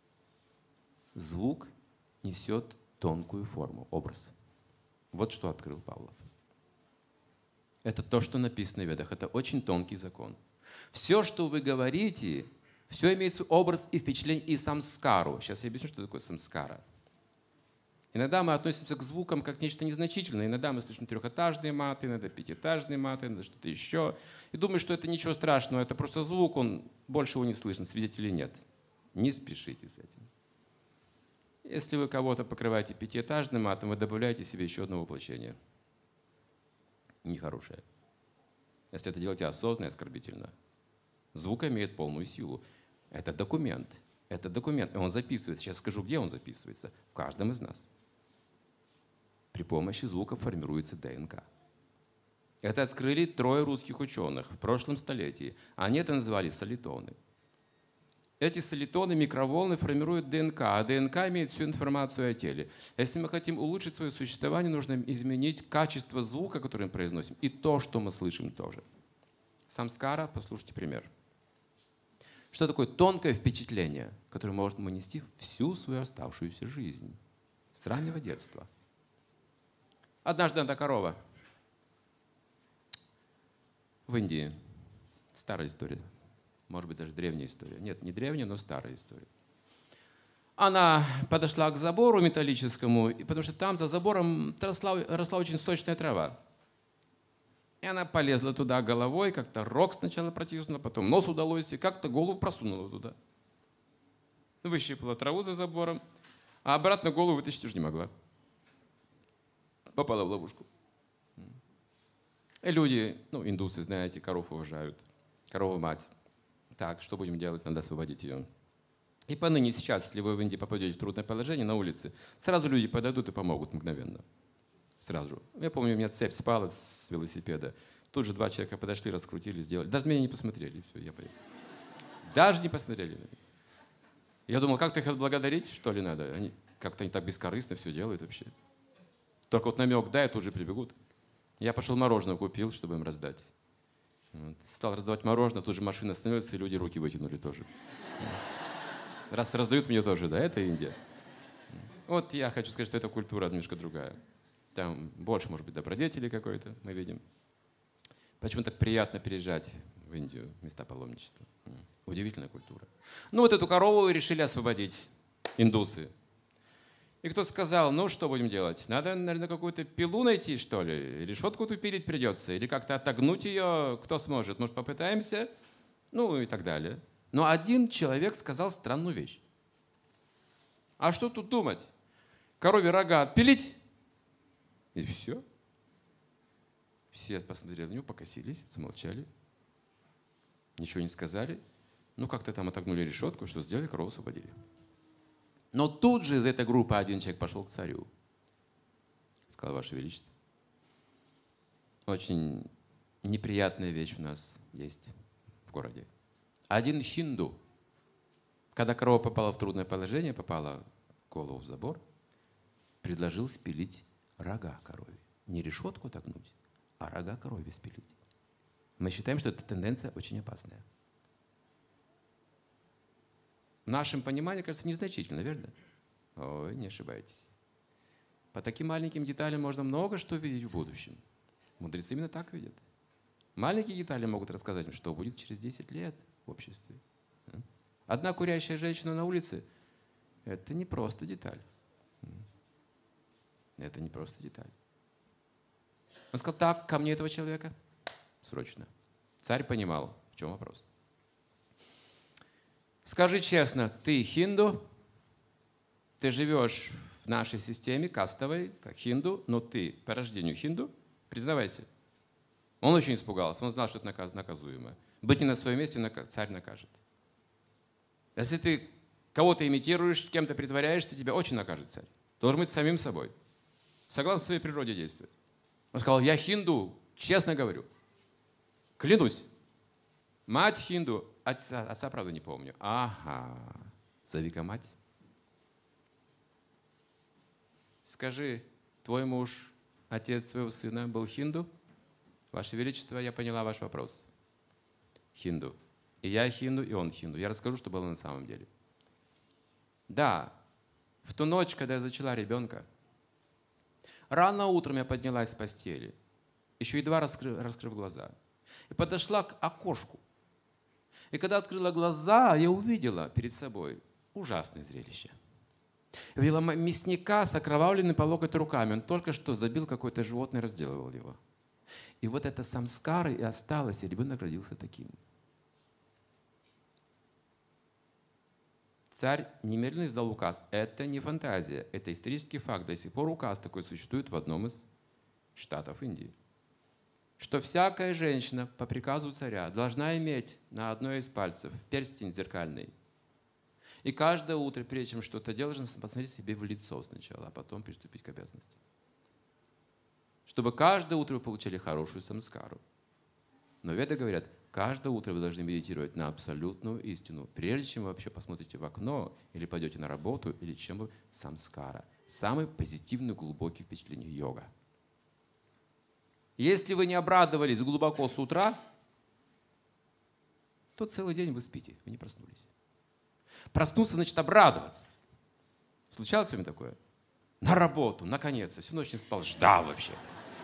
Звук несет тонкую форму, образ. Вот что открыл Павлов. Это то, что написано в Ведах. Это очень тонкий закон. Все, что вы говорите, все имеет свой образ и впечатление и самскару. Сейчас я объясню, что такое самскара. Иногда мы относимся к звукам как нечто незначительное. Иногда мы слышим трехэтажные маты, иногда пятиэтажные маты, иногда что-то еще. И думаем, что это ничего страшного, это просто звук, он больше его не слышно, свидетелей нет. Не спешите с этим. Если вы кого-то покрываете пятиэтажным матом, вы добавляете себе еще одно воплощение. Нехорошее. Если это делаете осознанно и оскорбительно. Звук имеет полную силу. Это документ. Это документ. И он записывается. Сейчас скажу, где он записывается. В каждом из нас. При помощи звука формируется ДНК. Это открыли 3 русских ученых в прошлом столетии. Они это называли солитоны. Эти солитоны, микроволны формируют ДНК, а ДНК имеет всю информацию о теле. Если мы хотим улучшить свое существование, нужно изменить качество звука, который мы произносим, и то, что мы слышим тоже. Самскара, послушайте пример. Что такое тонкое впечатление, которое может нанести всю свою оставшуюся жизнь с раннего детства? Однажды одна корова в Индии. Старая история. Может быть, даже древняя история. Нет, не древняя, но старая история. Она подошла к забору металлическому, потому что там за забором росла очень сочная трава. И она полезла туда головой, как-то рог сначала протиснула, потом нос удалось, и как-то голову просунула туда. Выщипала траву за забором, а обратно голову вытащить уже не могла. Попала в ловушку. И люди, индусы, знаете, коров уважают. Корова мать. Так, что будем делать? Надо освободить ее. И поныне сейчас, если вы в Индии попадете в трудное положение на улице, сразу люди подойдут и помогут мгновенно. Сразу. Я помню, у меня цепь спала с велосипеда. Тут же 2 человека подошли, раскрутили, сделали. Даже меня не посмотрели. Все, я поехал. Даже не посмотрели. Я думал, как-то их отблагодарить, что ли, надо? Они как-то не так бескорыстно все делают вообще. Только вот намек дай, тут же прибегут. Я пошел мороженое купил, чтобы им раздать. Вот. Стал раздавать мороженое, тут же машина остановилась, и люди руки вытянули тоже. Раз раздают мне тоже, да, это Индия. Вот я хочу сказать, что эта культура немножко другая. Там больше, может быть, добродетели какой-то мы видим. Почему так приятно переезжать в Индию, места паломничества. Удивительная культура. Ну вот эту корову решили освободить индусы. И кто сказал, ну что будем делать? Надо, наверное, какую-то пилу найти, что ли? Решетку пилить придется? Или как-то отогнуть ее? Кто сможет? Может, попытаемся? Ну и так далее. Но один человек сказал странную вещь. А что тут думать? Коровьи рога отпилить? И все. Все посмотрели на него, покосились, замолчали. Ничего не сказали. Ну, как-то там отогнули решетку, что сделали, корову освободили. Но тут же из этой группы один человек пошел к царю. Сказал, Ваше Величество, очень неприятная вещь у нас есть в городе. Один хинду, когда корова попала в трудное положение, попала голову в забор, предложил спилить рога корове. Не решетку отогнуть, а рога корове спилить. Мы считаем, что эта тенденция очень опасная. В нашем понимании, кажется, незначительно, верно? Ой, не ошибаетесь. По таким маленьким деталям можно много что видеть в будущем. Мудрецы именно так видят. Маленькие детали могут рассказать, что будет через 10 лет в обществе. Одна курящая женщина на улице – это не просто деталь. Это не просто деталь. Он сказал: так, ко мне этого человека срочно. Царь понимал, в чем вопрос. Скажи честно, ты хинду, ты живешь в нашей системе кастовой, как хинду, но ты по рождению хинду, признавайся. Он очень испугался, он знал, что это наказуемо. Быть не на своем месте царь накажет. Если ты кого-то имитируешь, кем-то притворяешься, тебя очень накажет царь. Должен быть самим собой. Согласно своей природе действовать. Он сказал: я хинду, честно говорю. Клянусь. Мать хинду, отца, правда, не помню. Ага, зови-ка мать. Скажи, твой муж, отец своего сына, был хинду? Ваше Величество, я поняла ваш вопрос. Хинду. И я хинду, и он хинду. Я расскажу, что было на самом деле. Да, в ту ночь, когда я зачала ребенка, рано утром я поднялась с постели, еще едва раскрыв глаза, и подошла к окошку. И когда открыла глаза, я увидела перед собой ужасное зрелище. Я увидела мясника с окровавленными по локоть руками. Он только что забил какое-то животное, разделывал его. И вот это самскара и осталось, и ребенок родился таким. Царь немедленно издал указ. Это не фантазия, это исторический факт. До сих пор указ такой существует в одном из штатов Индии. Что всякая женщина по приказу царя должна иметь на одной из пальцев перстень зеркальный. И каждое утро, прежде чем что-то делать, нужно посмотреть себе в лицо сначала, а потом приступить к обязанности. Чтобы каждое утро вы получали хорошую самскару. Но веды говорят, каждое утро вы должны медитировать на абсолютную истину, прежде чем вы вообще посмотрите в окно, или пойдете на работу, или чем вы самскара. Самый позитивный, глубокий впечатление йога. Если вы не обрадовались глубоко с утра, то целый день вы спите, вы не проснулись. Проснуться значит обрадоваться. Случалось с вами такое? На работу, наконец-то, всю ночь не спал, ждал вообще-то.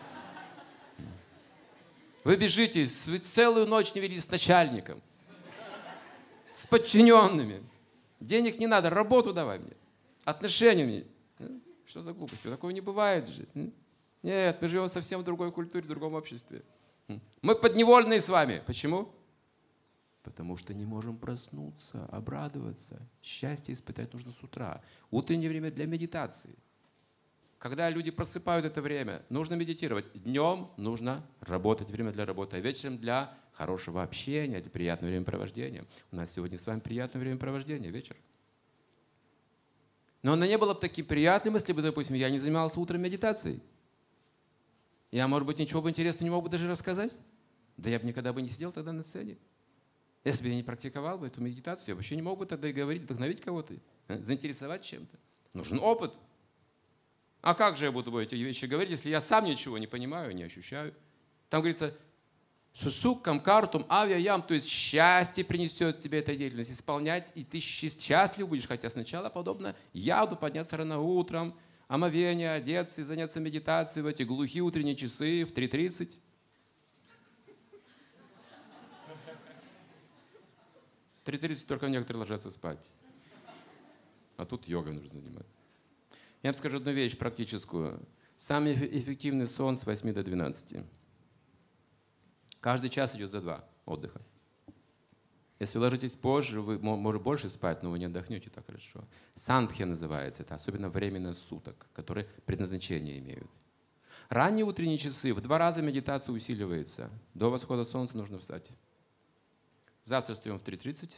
Вы бежите, вы целую ночь не виделись с начальником, с подчиненными. Денег не надо, работу давай мне, отношения мне. Что за глупости? Такого не бывает же. Нет, мы живем совсем в другой культуре, в другом обществе. Мы подневольные с вами. Почему? Потому что не можем проснуться, обрадоваться. Счастье испытать нужно с утра. Утреннее время для медитации. Когда люди просыпают это время, нужно медитировать. Днем нужно работать, время для работы, а вечером для хорошего общения, для приятного времяпровождения. У нас сегодня с вами приятное времяпровождение, вечер. Но оно не было бы таким приятным, если бы, допустим, я не занимался утром медитацией. Я, может быть, ничего бы интересного не мог бы даже рассказать. Да я бы никогда бы не сидел тогда на сцене. Если бы я не практиковал бы эту медитацию, я вообще не мог бы тогда и говорить, вдохновить кого-то, заинтересовать чем-то. Нужен опыт. А как же я буду эти вещи говорить, если я сам ничего не понимаю, не ощущаю? Там говорится, сусуккам картум авиаям, то есть счастье принесет тебе эта деятельность, исполнять, и ты счастлив будешь, хотя сначала подобно яду подняться рано утром, омовение, одеться и заняться медитацией в эти глухие утренние часы в 3:30. В 3:30 только некоторые ложатся спать. А тут йогой нужно заниматься. Я вам скажу одну вещь практическую. Самый эффективный сон с 8 до 12. Каждый час идет за 2 отдыха. Если вы ложитесь позже, вы можете больше спать, но вы не отдохнете так хорошо. Сандхья называется это, особенно временно суток, которые предназначение имеют. Ранние утренние часы, в 2 раза медитация усиливается. До восхода солнца нужно встать. Завтра встаем в 3:30.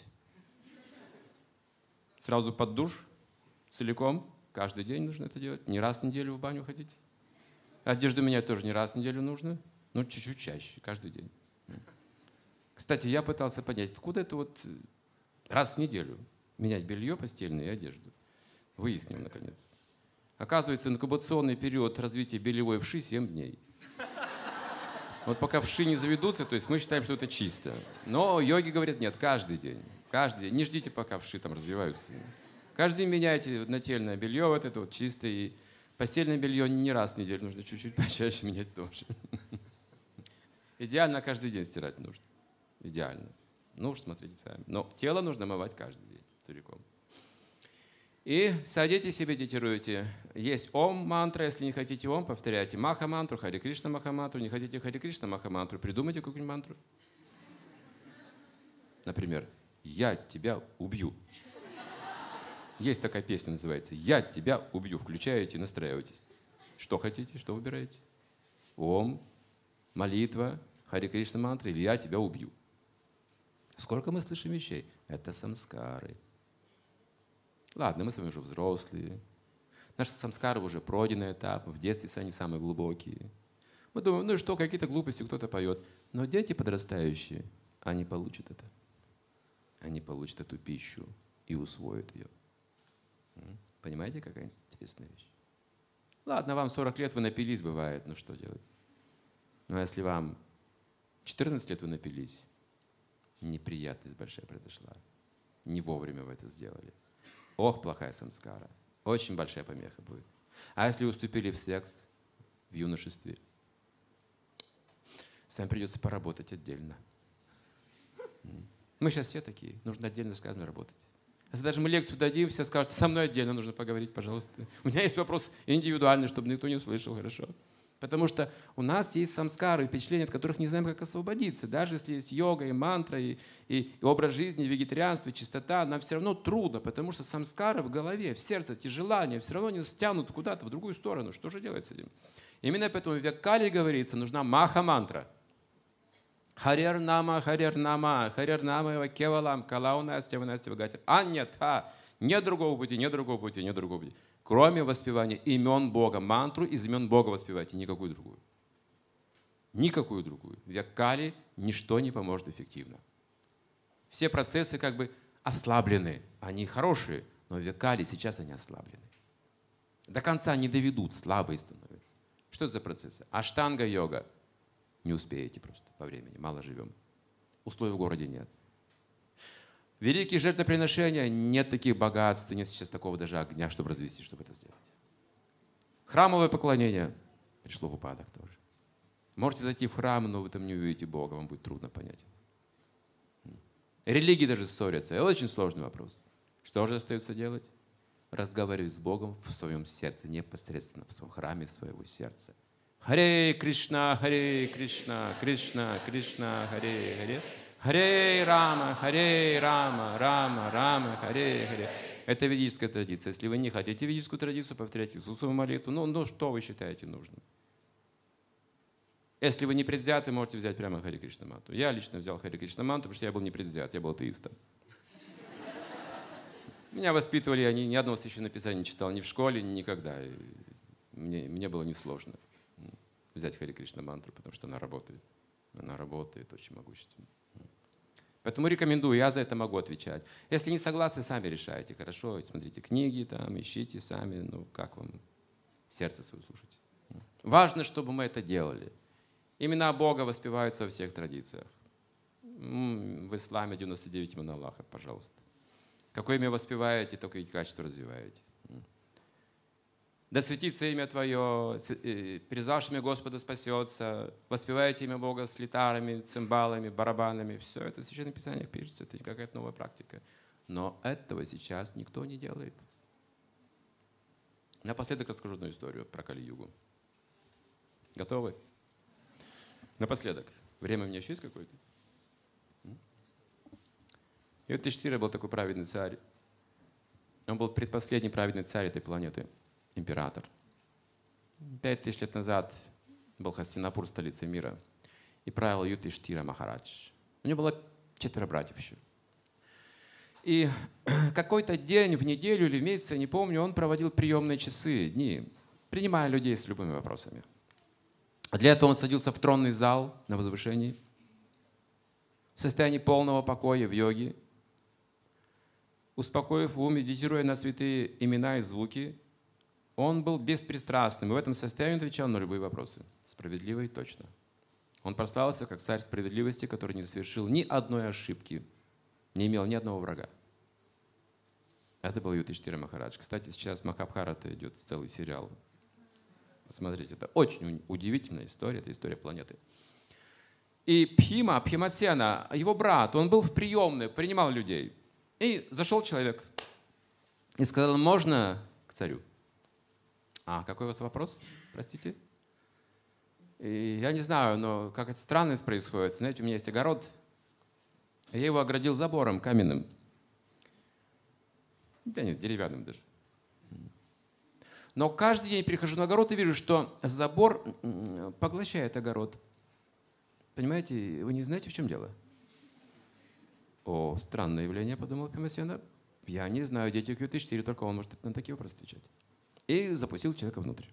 Сразу под душ, целиком. Каждый день нужно это делать. Не раз в неделю в баню ходить. Одежду менять тоже не раз в неделю нужно. Ну, чуть-чуть чаще, каждый день. Кстати, я пытался понять, откуда это вот раз в неделю менять белье постельное и одежду. Выяснил, наконец. Оказывается, инкубационный период развития белевой вши 7 дней. Вот пока вши не заведутся, то есть мы считаем, что это чисто. Но йоги говорят, нет, каждый день. Каждый день. Не ждите, пока вши там развиваются. Каждый день меняйте нательное белье, вот это вот чистое. И постельное белье не раз в неделю, нужно чуть-чуть почаще менять тоже. Идеально каждый день стирать нужно. Идеально. Ну уж смотрите сами. Но тело нужно омывать каждый день целиком. И садитесь и медитируйте. Есть ом-мантра, если не хотите ом, повторяйте маха-мантру, Харе-Кришна маха-мантру. Не хотите Харе-Кришна маха-мантру, придумайте какую-нибудь мантру. Например, «Я тебя убью». Есть такая песня, называется «Я тебя убью». Включаете и настраиваетесь. Что хотите, что выбираете? Ом, молитва, Харе-Кришна мантра или «Я тебя убью». Сколько мы слышим вещей? Это самскары. Ладно, мы с вами уже взрослые. Наши самскары уже пройденный этап. В детстве они самые глубокие. Мы думаем, ну и что, какие-то глупости кто-то поет. Но дети подрастающие, они получат это. Они получат эту пищу и усвоят ее. Понимаете, какая интересная вещь? Ладно, вам 40 лет, вы напились, бывает. Ну что делать? Но если вам 14 лет вы напились, неприятность большая произошла. Не вовремя вы это сделали. Ох, плохая самскара. Очень большая помеха будет. А если вы уступили в секс в юношестве, с вами придется поработать отдельно. Мы сейчас все такие. Нужно отдельно с каждым работать. Если даже мы лекцию дадим, все скажут, со мной отдельно нужно поговорить, пожалуйста. У меня есть вопрос индивидуальный, чтобы никто не услышал, хорошо? Потому что у нас есть самскары, впечатления, от которых не знаем, как освободиться. Даже если есть йога, и мантра, и образ жизни, и вегетарианство, и чистота, нам все равно трудно, потому что самскары в голове, в сердце, эти желания все равно не стянут куда-то в другую сторону. Что же делать с этим? Именно поэтому в Веккали говорится, нужна маха-мантра. Харер нама, его кевалам, калауна, астеванастева гатер. А нет, нет другого пути, нет другого пути, нет другого пути. Кроме воспевания имен Бога, мантру из имен Бога воспевайте, никакую другую. Никакую другую. В Веккали ничто не поможет эффективно. Все процессы как бы ослаблены. Они хорошие, но в Веккали сейчас они ослаблены. До конца не доведут, слабые становятся. Что это за процессы? Аштанга-йога. Не успеете просто по времени, мало живем. Условий в городе нет. Великие жертвоприношения, нет таких богатств, нет сейчас такого даже огня, чтобы развести, чтобы это сделать. Храмовое поклонение пришло в упадок тоже. Можете зайти в храм, но вы там не увидите Бога, вам будет трудно понять. Религии даже ссорятся. Это очень сложный вопрос. Что же остается делать? Разговаривать с Богом в своем сердце, непосредственно в своем храме своего сердца. Харе Кришна, Кришна, Кришна, Харе, Харе. Харе Рама, Рама, Рама, Харе, Харе. Это ведическая традиция. Если вы не хотите ведическую традицию, повторяйте Иисусову молитву. Ну, что вы считаете нужным? Если вы не предвзяты, можете взять прямо Харе Кришна мантру. Я лично взял Харе Кришна мантру, потому что я был не предвзят, я был атеистом. Меня воспитывали, я ни одного священного писания не читал ни в школе, никогда. Мне было несложно взять Харе Кришна мантру, потому что она работает. Она работает очень могущественно. Поэтому рекомендую, я за это могу отвечать. Если не согласны, сами решайте, хорошо? Смотрите книги, там, ищите сами, ну как вам сердце свое слушать. Важно, чтобы мы это делали. Имена Бога воспеваются во всех традициях. В исламе 99 имен Аллаха, пожалуйста. Какое имя воспеваете, только эти качества развиваете. Да светится имя Твое, призвавшими Господа спасется. Воспевайте имя Бога с литарами, цимбалами, барабанами. Все это в Священных Писаниях пишется, это какая-то новая практика. Но этого сейчас никто не делает. Напоследок расскажу одну историю про Кали-югу. Готовы? Напоследок. Время у меня еще есть какое-то? И вот Юдхиштира был такой праведный царь. Он был предпоследний праведный царь этой планеты. Император. 5000 лет назад был Хастинапур, столица мира, и правил Юдхиштира Махарадж. У него было 4 братьев еще. И какой-то день в неделю или в месяц, я не помню, он проводил приемные часы, дни, принимая людей с любыми вопросами. А для этого он садился в тронный зал на возвышении, в состоянии полного покоя в йоге, успокоив ум, медитируя на святые имена и звуки, он был беспристрастным и в этом состоянии отвечал на любые вопросы. Справедливо и точно. Он прославился как царь справедливости, который не совершил ни одной ошибки, не имел ни одного врага. Это был Юдхиштхира Махарадж. Кстати, сейчас Махабхарата идет целый сериал. Посмотрите, это очень удивительная история, это история планеты. И Пхимасена, его брат, он был в приемной, принимал людей. И зашел человек и сказал: можно к царю? А какой у вас вопрос? Простите? И я не знаю, но какая-то странность происходит. Знаете, у меня есть огород. Я его оградил забором каменным. Да нет, деревянным даже. Но каждый день прихожу на огород и вижу, что забор поглощает огород. Понимаете, вы не знаете, в чем дело? О, странное явление, подумал Пхимасена. Я не знаю, дети Юдхиштхиры, только он может на такие вопросы отвечать. И запустил человека внутрь.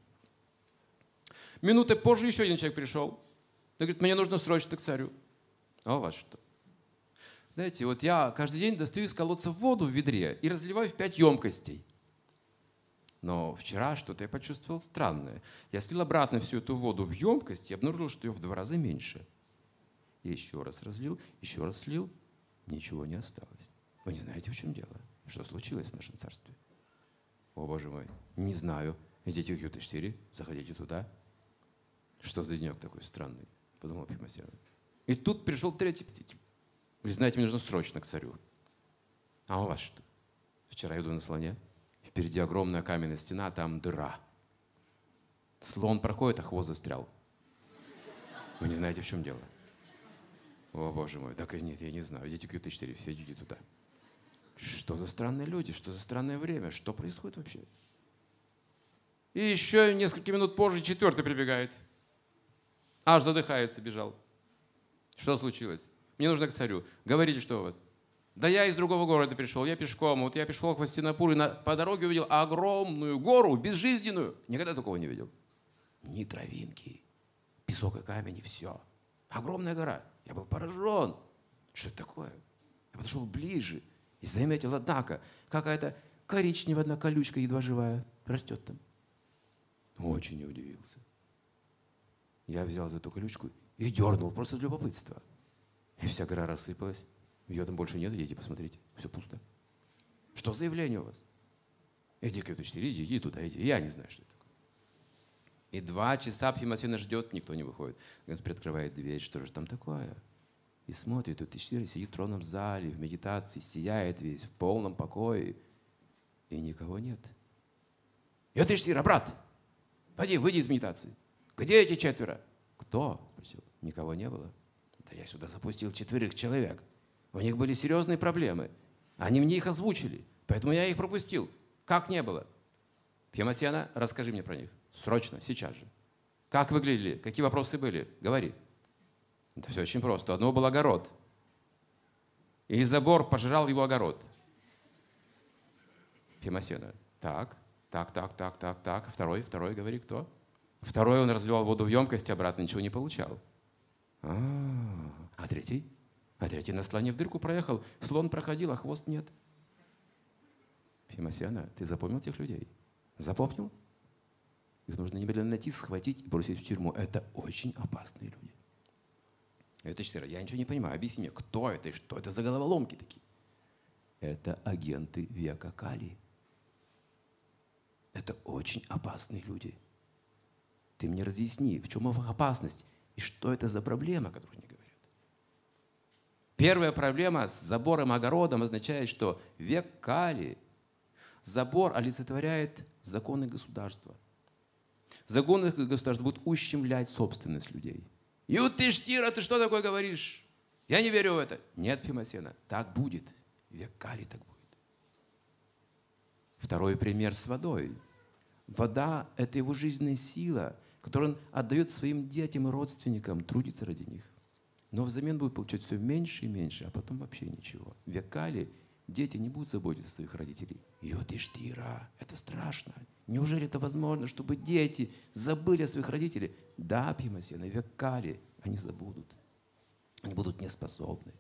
Минуты позже еще один человек пришел. Он говорит: мне нужно срочно к царю. А у вас что? Знаете, вот я каждый день достаю из колодца воду в ведре и разливаю в 5 емкостей. Но вчера что-то я почувствовал странное. Я слил обратно всю эту воду в емкость и обнаружил, что ее в 2 раза меньше. Я еще раз разлил, еще раз слил. Ничего не осталось. Вы не знаете, в чем дело? Что случилось в нашем царстве? О, Боже мой, не знаю. Идите к Юдхиштхире, заходите туда. Что за денек такой странный? Подумал Пхимасена. И тут пришел третий. Вы знаете, мне нужно срочно к царю. А у вас что? Вчера я иду на слоне. Впереди огромная каменная стена, там дыра. Слон проходит, а хвост застрял. Вы не знаете, в чем дело? О, Боже мой, так и нет, я не знаю. Идите к Юдхиштхире, все идите туда. Что за странные люди, что за странное время, что происходит вообще? И еще несколько минут позже 4-й прибегает. Аж задыхается, бежал. Что случилось? Мне нужно к царю. Говорите, что у вас? Да я из другого города пришел, я пешком. Вот я пришел к Хастинапуру и по дороге увидел огромную гору, безжизненную. Никогда такого не видел. Ни травинки, песок и камень, и все. Огромная гора. Я был поражен. Что это такое? Я подошел ближе и заметил, однако, какая-то коричневая одна колючка, едва живая, растет там. Очень удивился. Я взял за эту колючку и дернул просто для любопытства. И вся гора рассыпалась. Ее там больше нет, идите посмотрите. Все пусто. Что за явление у вас? Иди к Юдхиштхире, иди туда, иди. Я не знаю, что это такое. И 2 часа Пхимасена ждет, никто не выходит. Он приоткрывает дверь, что же там такое? И смотрит, Юдхиштхира сидит в тронном зале, в медитации, сияет весь, в полном покое. И никого нет. Юдхиштхира, брат, пойди, выйди из медитации. Где эти 4? Кто? Спросил. Никого не было. Да я сюда запустил 4 человек. У них были серьезные проблемы. Они мне их озвучили, поэтому я их пропустил. Как не было? Пхимасена, расскажи мне про них. Срочно, сейчас же. Как выглядели? Какие вопросы были? Говори. Это все очень просто. У одного был огород. И забор пожрал его огород. Пхимасена. Так. Второй, говори, кто? Второй, он разливал воду в емкость, обратно ничего не получал. А третий? А третий на слоне в дырку проехал. Слон проходил, а хвост нет. Пхимасена, ты запомнил тех людей? Запомнил? Их нужно немедленно найти, схватить и бросить в тюрьму. Это очень опасные люди. Юдхиштхира, я ничего не понимаю. Объясни мне, кто это и что это за головоломки такие? Это агенты века Кали. Это очень опасные люди. Ты мне разъясни, в чем их опасность и что это за проблема, о которой они говорят. Первая проблема с забором, огородом означает, что век Кали, забор олицетворяет законы государства. Законы государства будут ущемлять собственность людей. Юдхиштхира, ты что такое говоришь? Я не верю в это. Нет, Пхимасена, так будет. Век Кали так будет. Второй пример с водой. Вода – это его жизненная сила, которую он отдает своим детям и родственникам, трудится ради них. Но взамен будет получать все меньше и меньше, а потом вообще ничего. Век Кали Дети не будут заботиться о своих родителей. Юдиштира, это страшно. Неужели это возможно, чтобы дети забыли о своих родителях? Да, Бхимасена, век Кали, они забудут. Они будут неспособны.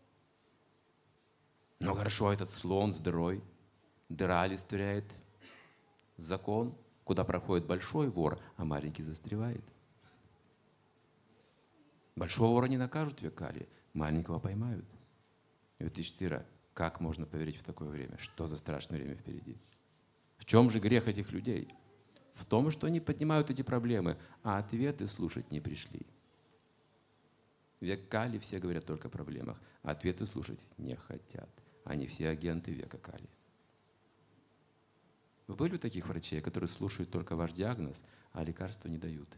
Но хорошо, этот слон с дырой. Дыра олицетворяет закон, куда проходит большой вор, а маленький застревает. Большого вора не накажут в век Кали, маленького поймают. Юдиштира, как можно поверить в такое время? Что за страшное время впереди? В чем же грех этих людей? В том, что они поднимают эти проблемы, а ответы слушать не пришли. В век Кали все говорят только о проблемах, а ответы слушать не хотят. Они все агенты века Кали. Вы были у таких врачей, которые слушают только ваш диагноз, а лекарства не дают?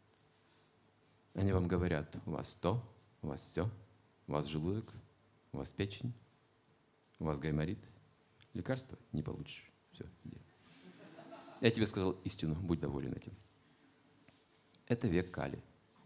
Они вам говорят: у вас то, у вас все, у вас желудок, у вас печень, у вас гайморит. Лекарства не получишь. Все, иди. Я тебе сказал истину, будь доволен этим. Это век Кали.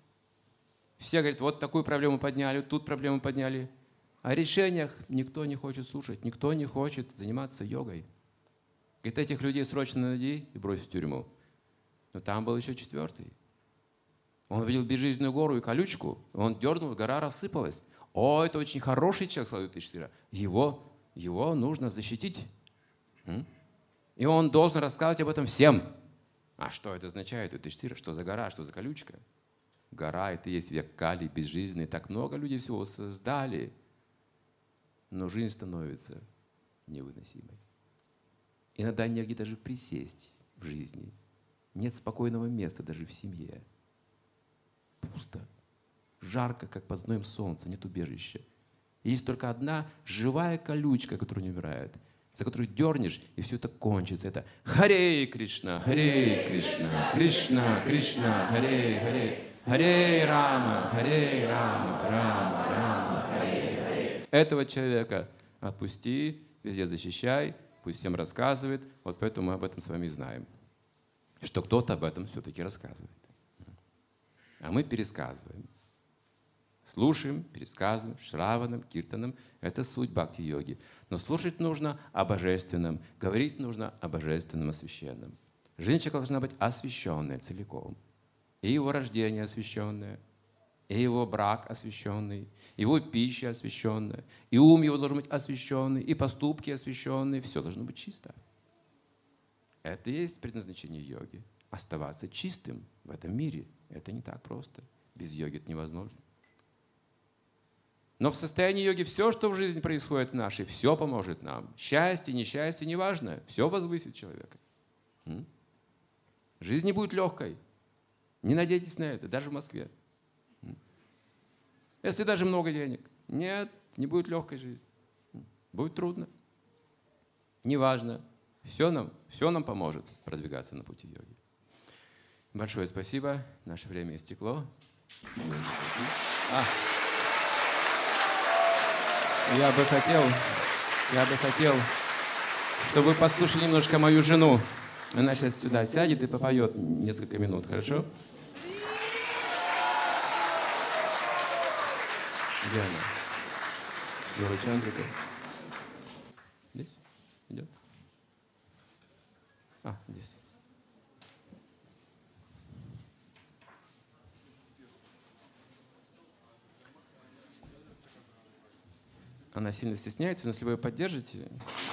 Все говорят: вот такую проблему подняли, тут проблему подняли. О решениях никто не хочет слушать, никто не хочет заниматься йогой. Говорит, этих людей срочно найди и брось в тюрьму. Но там был еще четвертый. Он увидел безжизненную гору и колючку, он дернул, гора рассыпалась. О, это очень хороший человек, сказал Юдиштира. Его нужно защитить. И он должен рассказывать об этом всем. А что это означает, Юдиштира? Что за гора, что за колючка? Гора — это и есть век Кали, безжизненный. Так много людей всего создали. Но жизнь становится невыносимой. Иногда негде даже присесть в жизни. Нет спокойного места даже в семье. Пусто. Жарко, как под зноем солнца, нет убежища. И есть только одна живая колючка, которая не умирает, за которую дернешь, и все это кончится. Это Харе Кришна, Кришна, Кришна, Харе, Харе Рама, Рама, Рама, Харе. Этого человека отпусти, везде защищай, пусть всем рассказывает. Вот поэтому мы об этом с вами знаем. Что кто-то об этом все-таки рассказывает. А мы пересказываем. Слушаем, пересказываем, шраванам, киртанам. Это суть бхакти-йоги. Но слушать нужно о божественном, говорить нужно о божественном, о священном. Женщина должна быть освященная целиком. И его рождение освященное, и его брак освященный, его пища освященная, и ум его должен быть освященный, и поступки освященные. Все должно быть чисто. Это и есть предназначение йоги. Оставаться чистым в этом мире. Это не так просто. Без йоги это невозможно. Но в состоянии йоги все, что в жизни происходит нашей, все поможет нам. Счастье, несчастье, неважно. Все возвысит человека. Жизнь не будет легкой. Не надейтесь на это, даже в Москве. Если даже много денег. Нет, не будет легкой жизни. Будет трудно. Неважно. Все нам поможет продвигаться на пути йоги. Большое спасибо. Наше время истекло. Я бы хотел, чтобы вы послушали немножко мою жену. Она сейчас сюда сядет и попоет несколько минут, хорошо? Где она? Юра Чандрика. Здесь? Идет? Здесь. Она сильно стесняется, но если вы ее поддержите...